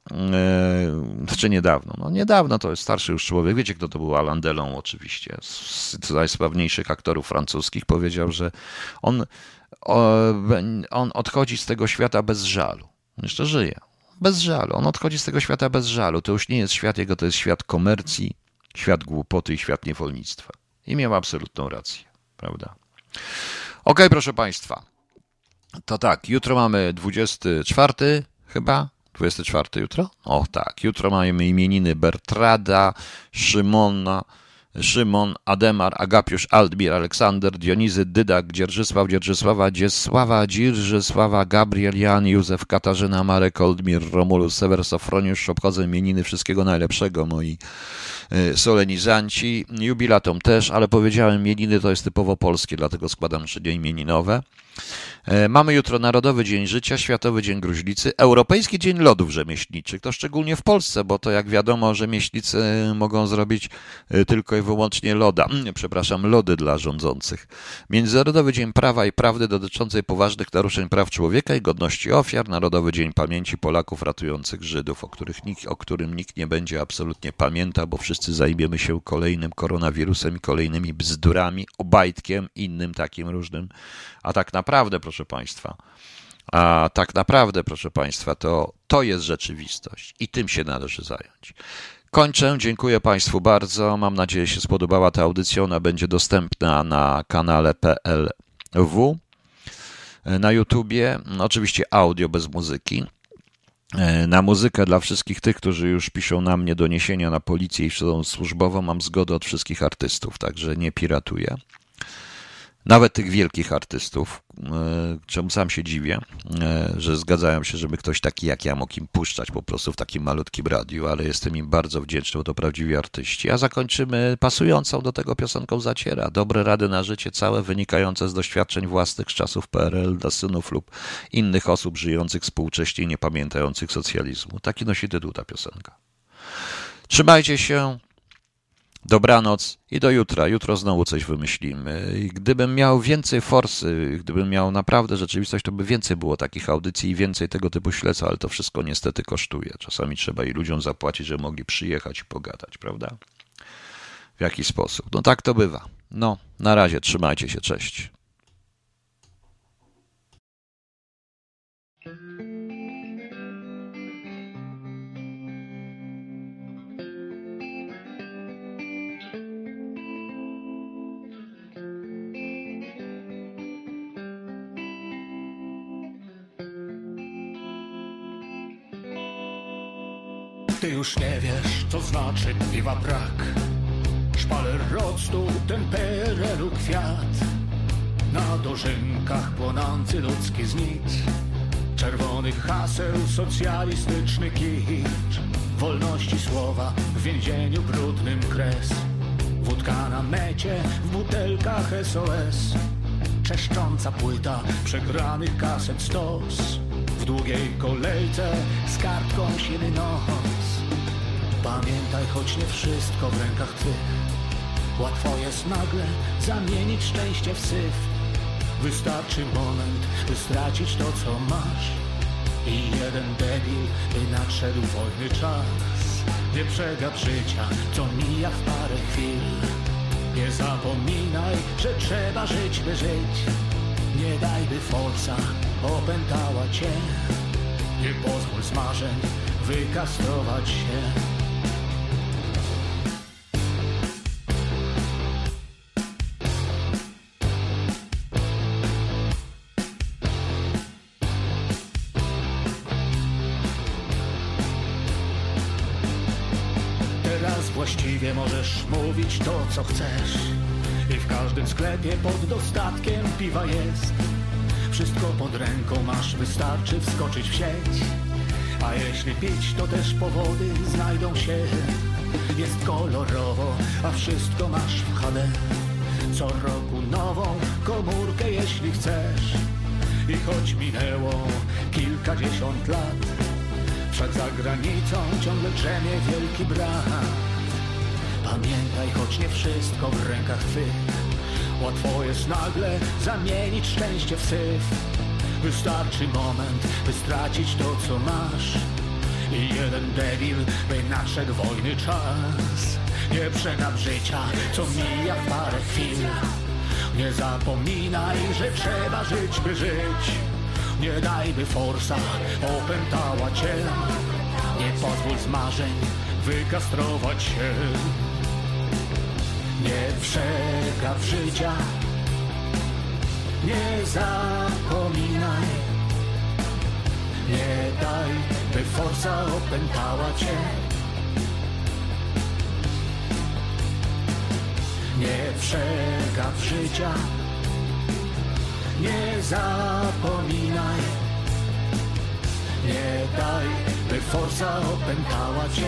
niedawno, to jest starszy już człowiek, wiecie kto to był Alain Delon oczywiście, z najsławniejszych aktorów francuskich, powiedział, że on odchodzi z tego świata bez żalu. Jeszcze żyje. Bez żalu. On odchodzi z tego świata bez żalu. To już nie jest świat jego, to jest świat komercji, świat głupoty i świat niewolnictwa. I miał absolutną rację. Prawda? Okej, proszę Państwa. To tak, jutro mamy 24 chyba? 24 jutro? O tak, jutro mamy imieniny Bertrada, Szymon, Ademar, Agapiusz, Aldmir, Aleksander, Dionizy, Dydak, Dzierżysław, Dzierżysława, Gabriel, Jan, Józef, Katarzyna, Marek, Oldmir, Romulus, Sewer, Sofroniusz. Obchodzę imieniny, wszystkiego najlepszego, moi solenizanci. Jubilatom też, ale powiedziałem, imieniny to jest typowo polskie, dlatego składam życzenia imieninowe. Mamy jutro Narodowy Dzień Życia, Światowy Dzień Gruźlicy, Europejski Dzień Lodów Rzemieślniczych. To szczególnie w Polsce, bo to jak wiadomo, rzemieślnicy mogą zrobić tylko i wyłącznie lody dla rządzących. Międzynarodowy Dzień Prawa i Prawdy dotyczącej poważnych naruszeń praw człowieka i godności ofiar. Narodowy Dzień Pamięci Polaków ratujących Żydów, o którym nikt nie będzie absolutnie pamiętał, bo wszyscy zajmiemy się kolejnym koronawirusem i kolejnymi bzdurami, Obajtkiem, innym takim różnym. A tak naprawdę, proszę Państwa, to jest rzeczywistość i tym się należy zająć. Kończę, dziękuję Państwu bardzo, mam nadzieję, że się spodobała ta audycja, ona będzie dostępna na kanale PLW, na YouTubie, oczywiście audio bez muzyki. Na muzykę dla wszystkich tych, którzy już piszą na mnie doniesienia na policję i służbową, mam zgodę od wszystkich artystów, także nie piratuję. Nawet tych wielkich artystów, czemu sam się dziwię, że zgadzają się, żeby ktoś taki jak ja mógł im puszczać po prostu w takim malutkim radiu, ale jestem im bardzo wdzięczny, bo to prawdziwi artyści. A zakończymy pasującą do tego piosenką Zaciera. Dobre rady na życie całe, wynikające z doświadczeń własnych z czasów PRL dla synów lub innych osób żyjących współcześnie i nie pamiętających socjalizmu. Taki nosi tytuł ta piosenka. Trzymajcie się. Dobranoc i do jutra. Jutro znowu coś wymyślimy. I gdybym miał więcej forsy, gdybym miał naprawdę rzeczywistość, to by więcej było takich audycji i więcej tego typu śledztw, ale to wszystko niestety kosztuje. Czasami trzeba i ludziom zapłacić, żeby mogli przyjechać i pogadać, prawda? W jaki sposób? No tak to bywa. No, na razie, trzymajcie się, cześć. Ty już nie wiesz, co znaczy piwa brak. Szpaler octu, ten PRL-u kwiat. Na dożynkach płonący ludzki znicz. Czerwonych haseł, socjalistyczny kicz. Wolności słowa, w więzieniu brudnym kres. Wódka na mecie, w butelkach SOS. Czeszcząca płyta, przegranych kaset stos. W długiej kolejce z kartką siwy nos. Pamiętaj, choć nie wszystko w rękach twych. Łatwo jest nagle zamienić szczęście w syf. Wystarczy moment, by stracić to, co masz. I jeden debil, by nadszedł wojny czas. Nie przegap życia, co mija w parę chwil. Nie zapominaj, że trzeba żyć, by żyć. Nie daj, by forsa opętała cię. Nie pozwól z marzeń wykastrować się. Teraz właściwie możesz mówić to, co chcesz. I w każdym sklepie pod dostatkiem piwa jest. Wszystko pod ręką masz, wystarczy wskoczyć w sieć. A jeśli pić, to też powody znajdą się. Jest kolorowo, a wszystko masz w HD. Co roku nową komórkę, jeśli chcesz. I choć minęło kilkadziesiąt lat, wszak za granicą ciągle drzemie wielki brat. Pamiętaj, choć nie wszystko w rękach twych. Łatwo jest nagle zamienić szczęście w syf. Wystarczy moment, by stracić to, co masz. I jeden debil, by nadszedł wojny czas. Nie przegap życia, co mija w parę chwil. Nie zapominaj, że trzeba żyć, by żyć. Nie daj, by forsa opętała cię. Nie pozwól z marzeń wykastrować się. Nie przegap życia. Nie zapominaj. Nie daj, by forsa opętała cię. Nie przegap życia. Nie zapominaj. Nie daj, by forsa opętała cię.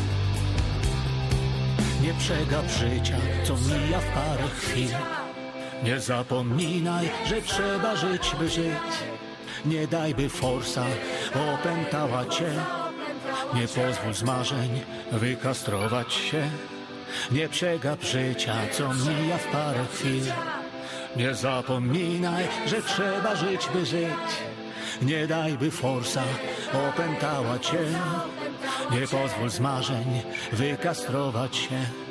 Nie przegap życia, co mija w parę chwil. Nie zapominaj, że trzeba żyć, by żyć. Nie daj, by forsa opętała cię. Nie pozwól z marzeń wykastrować się. Nie przegap życia, co mija w parę chwil. Nie zapominaj, że trzeba żyć, by żyć. Nie daj, by forsa opętała cię. Nie pozwól z marzeń wykastrować się.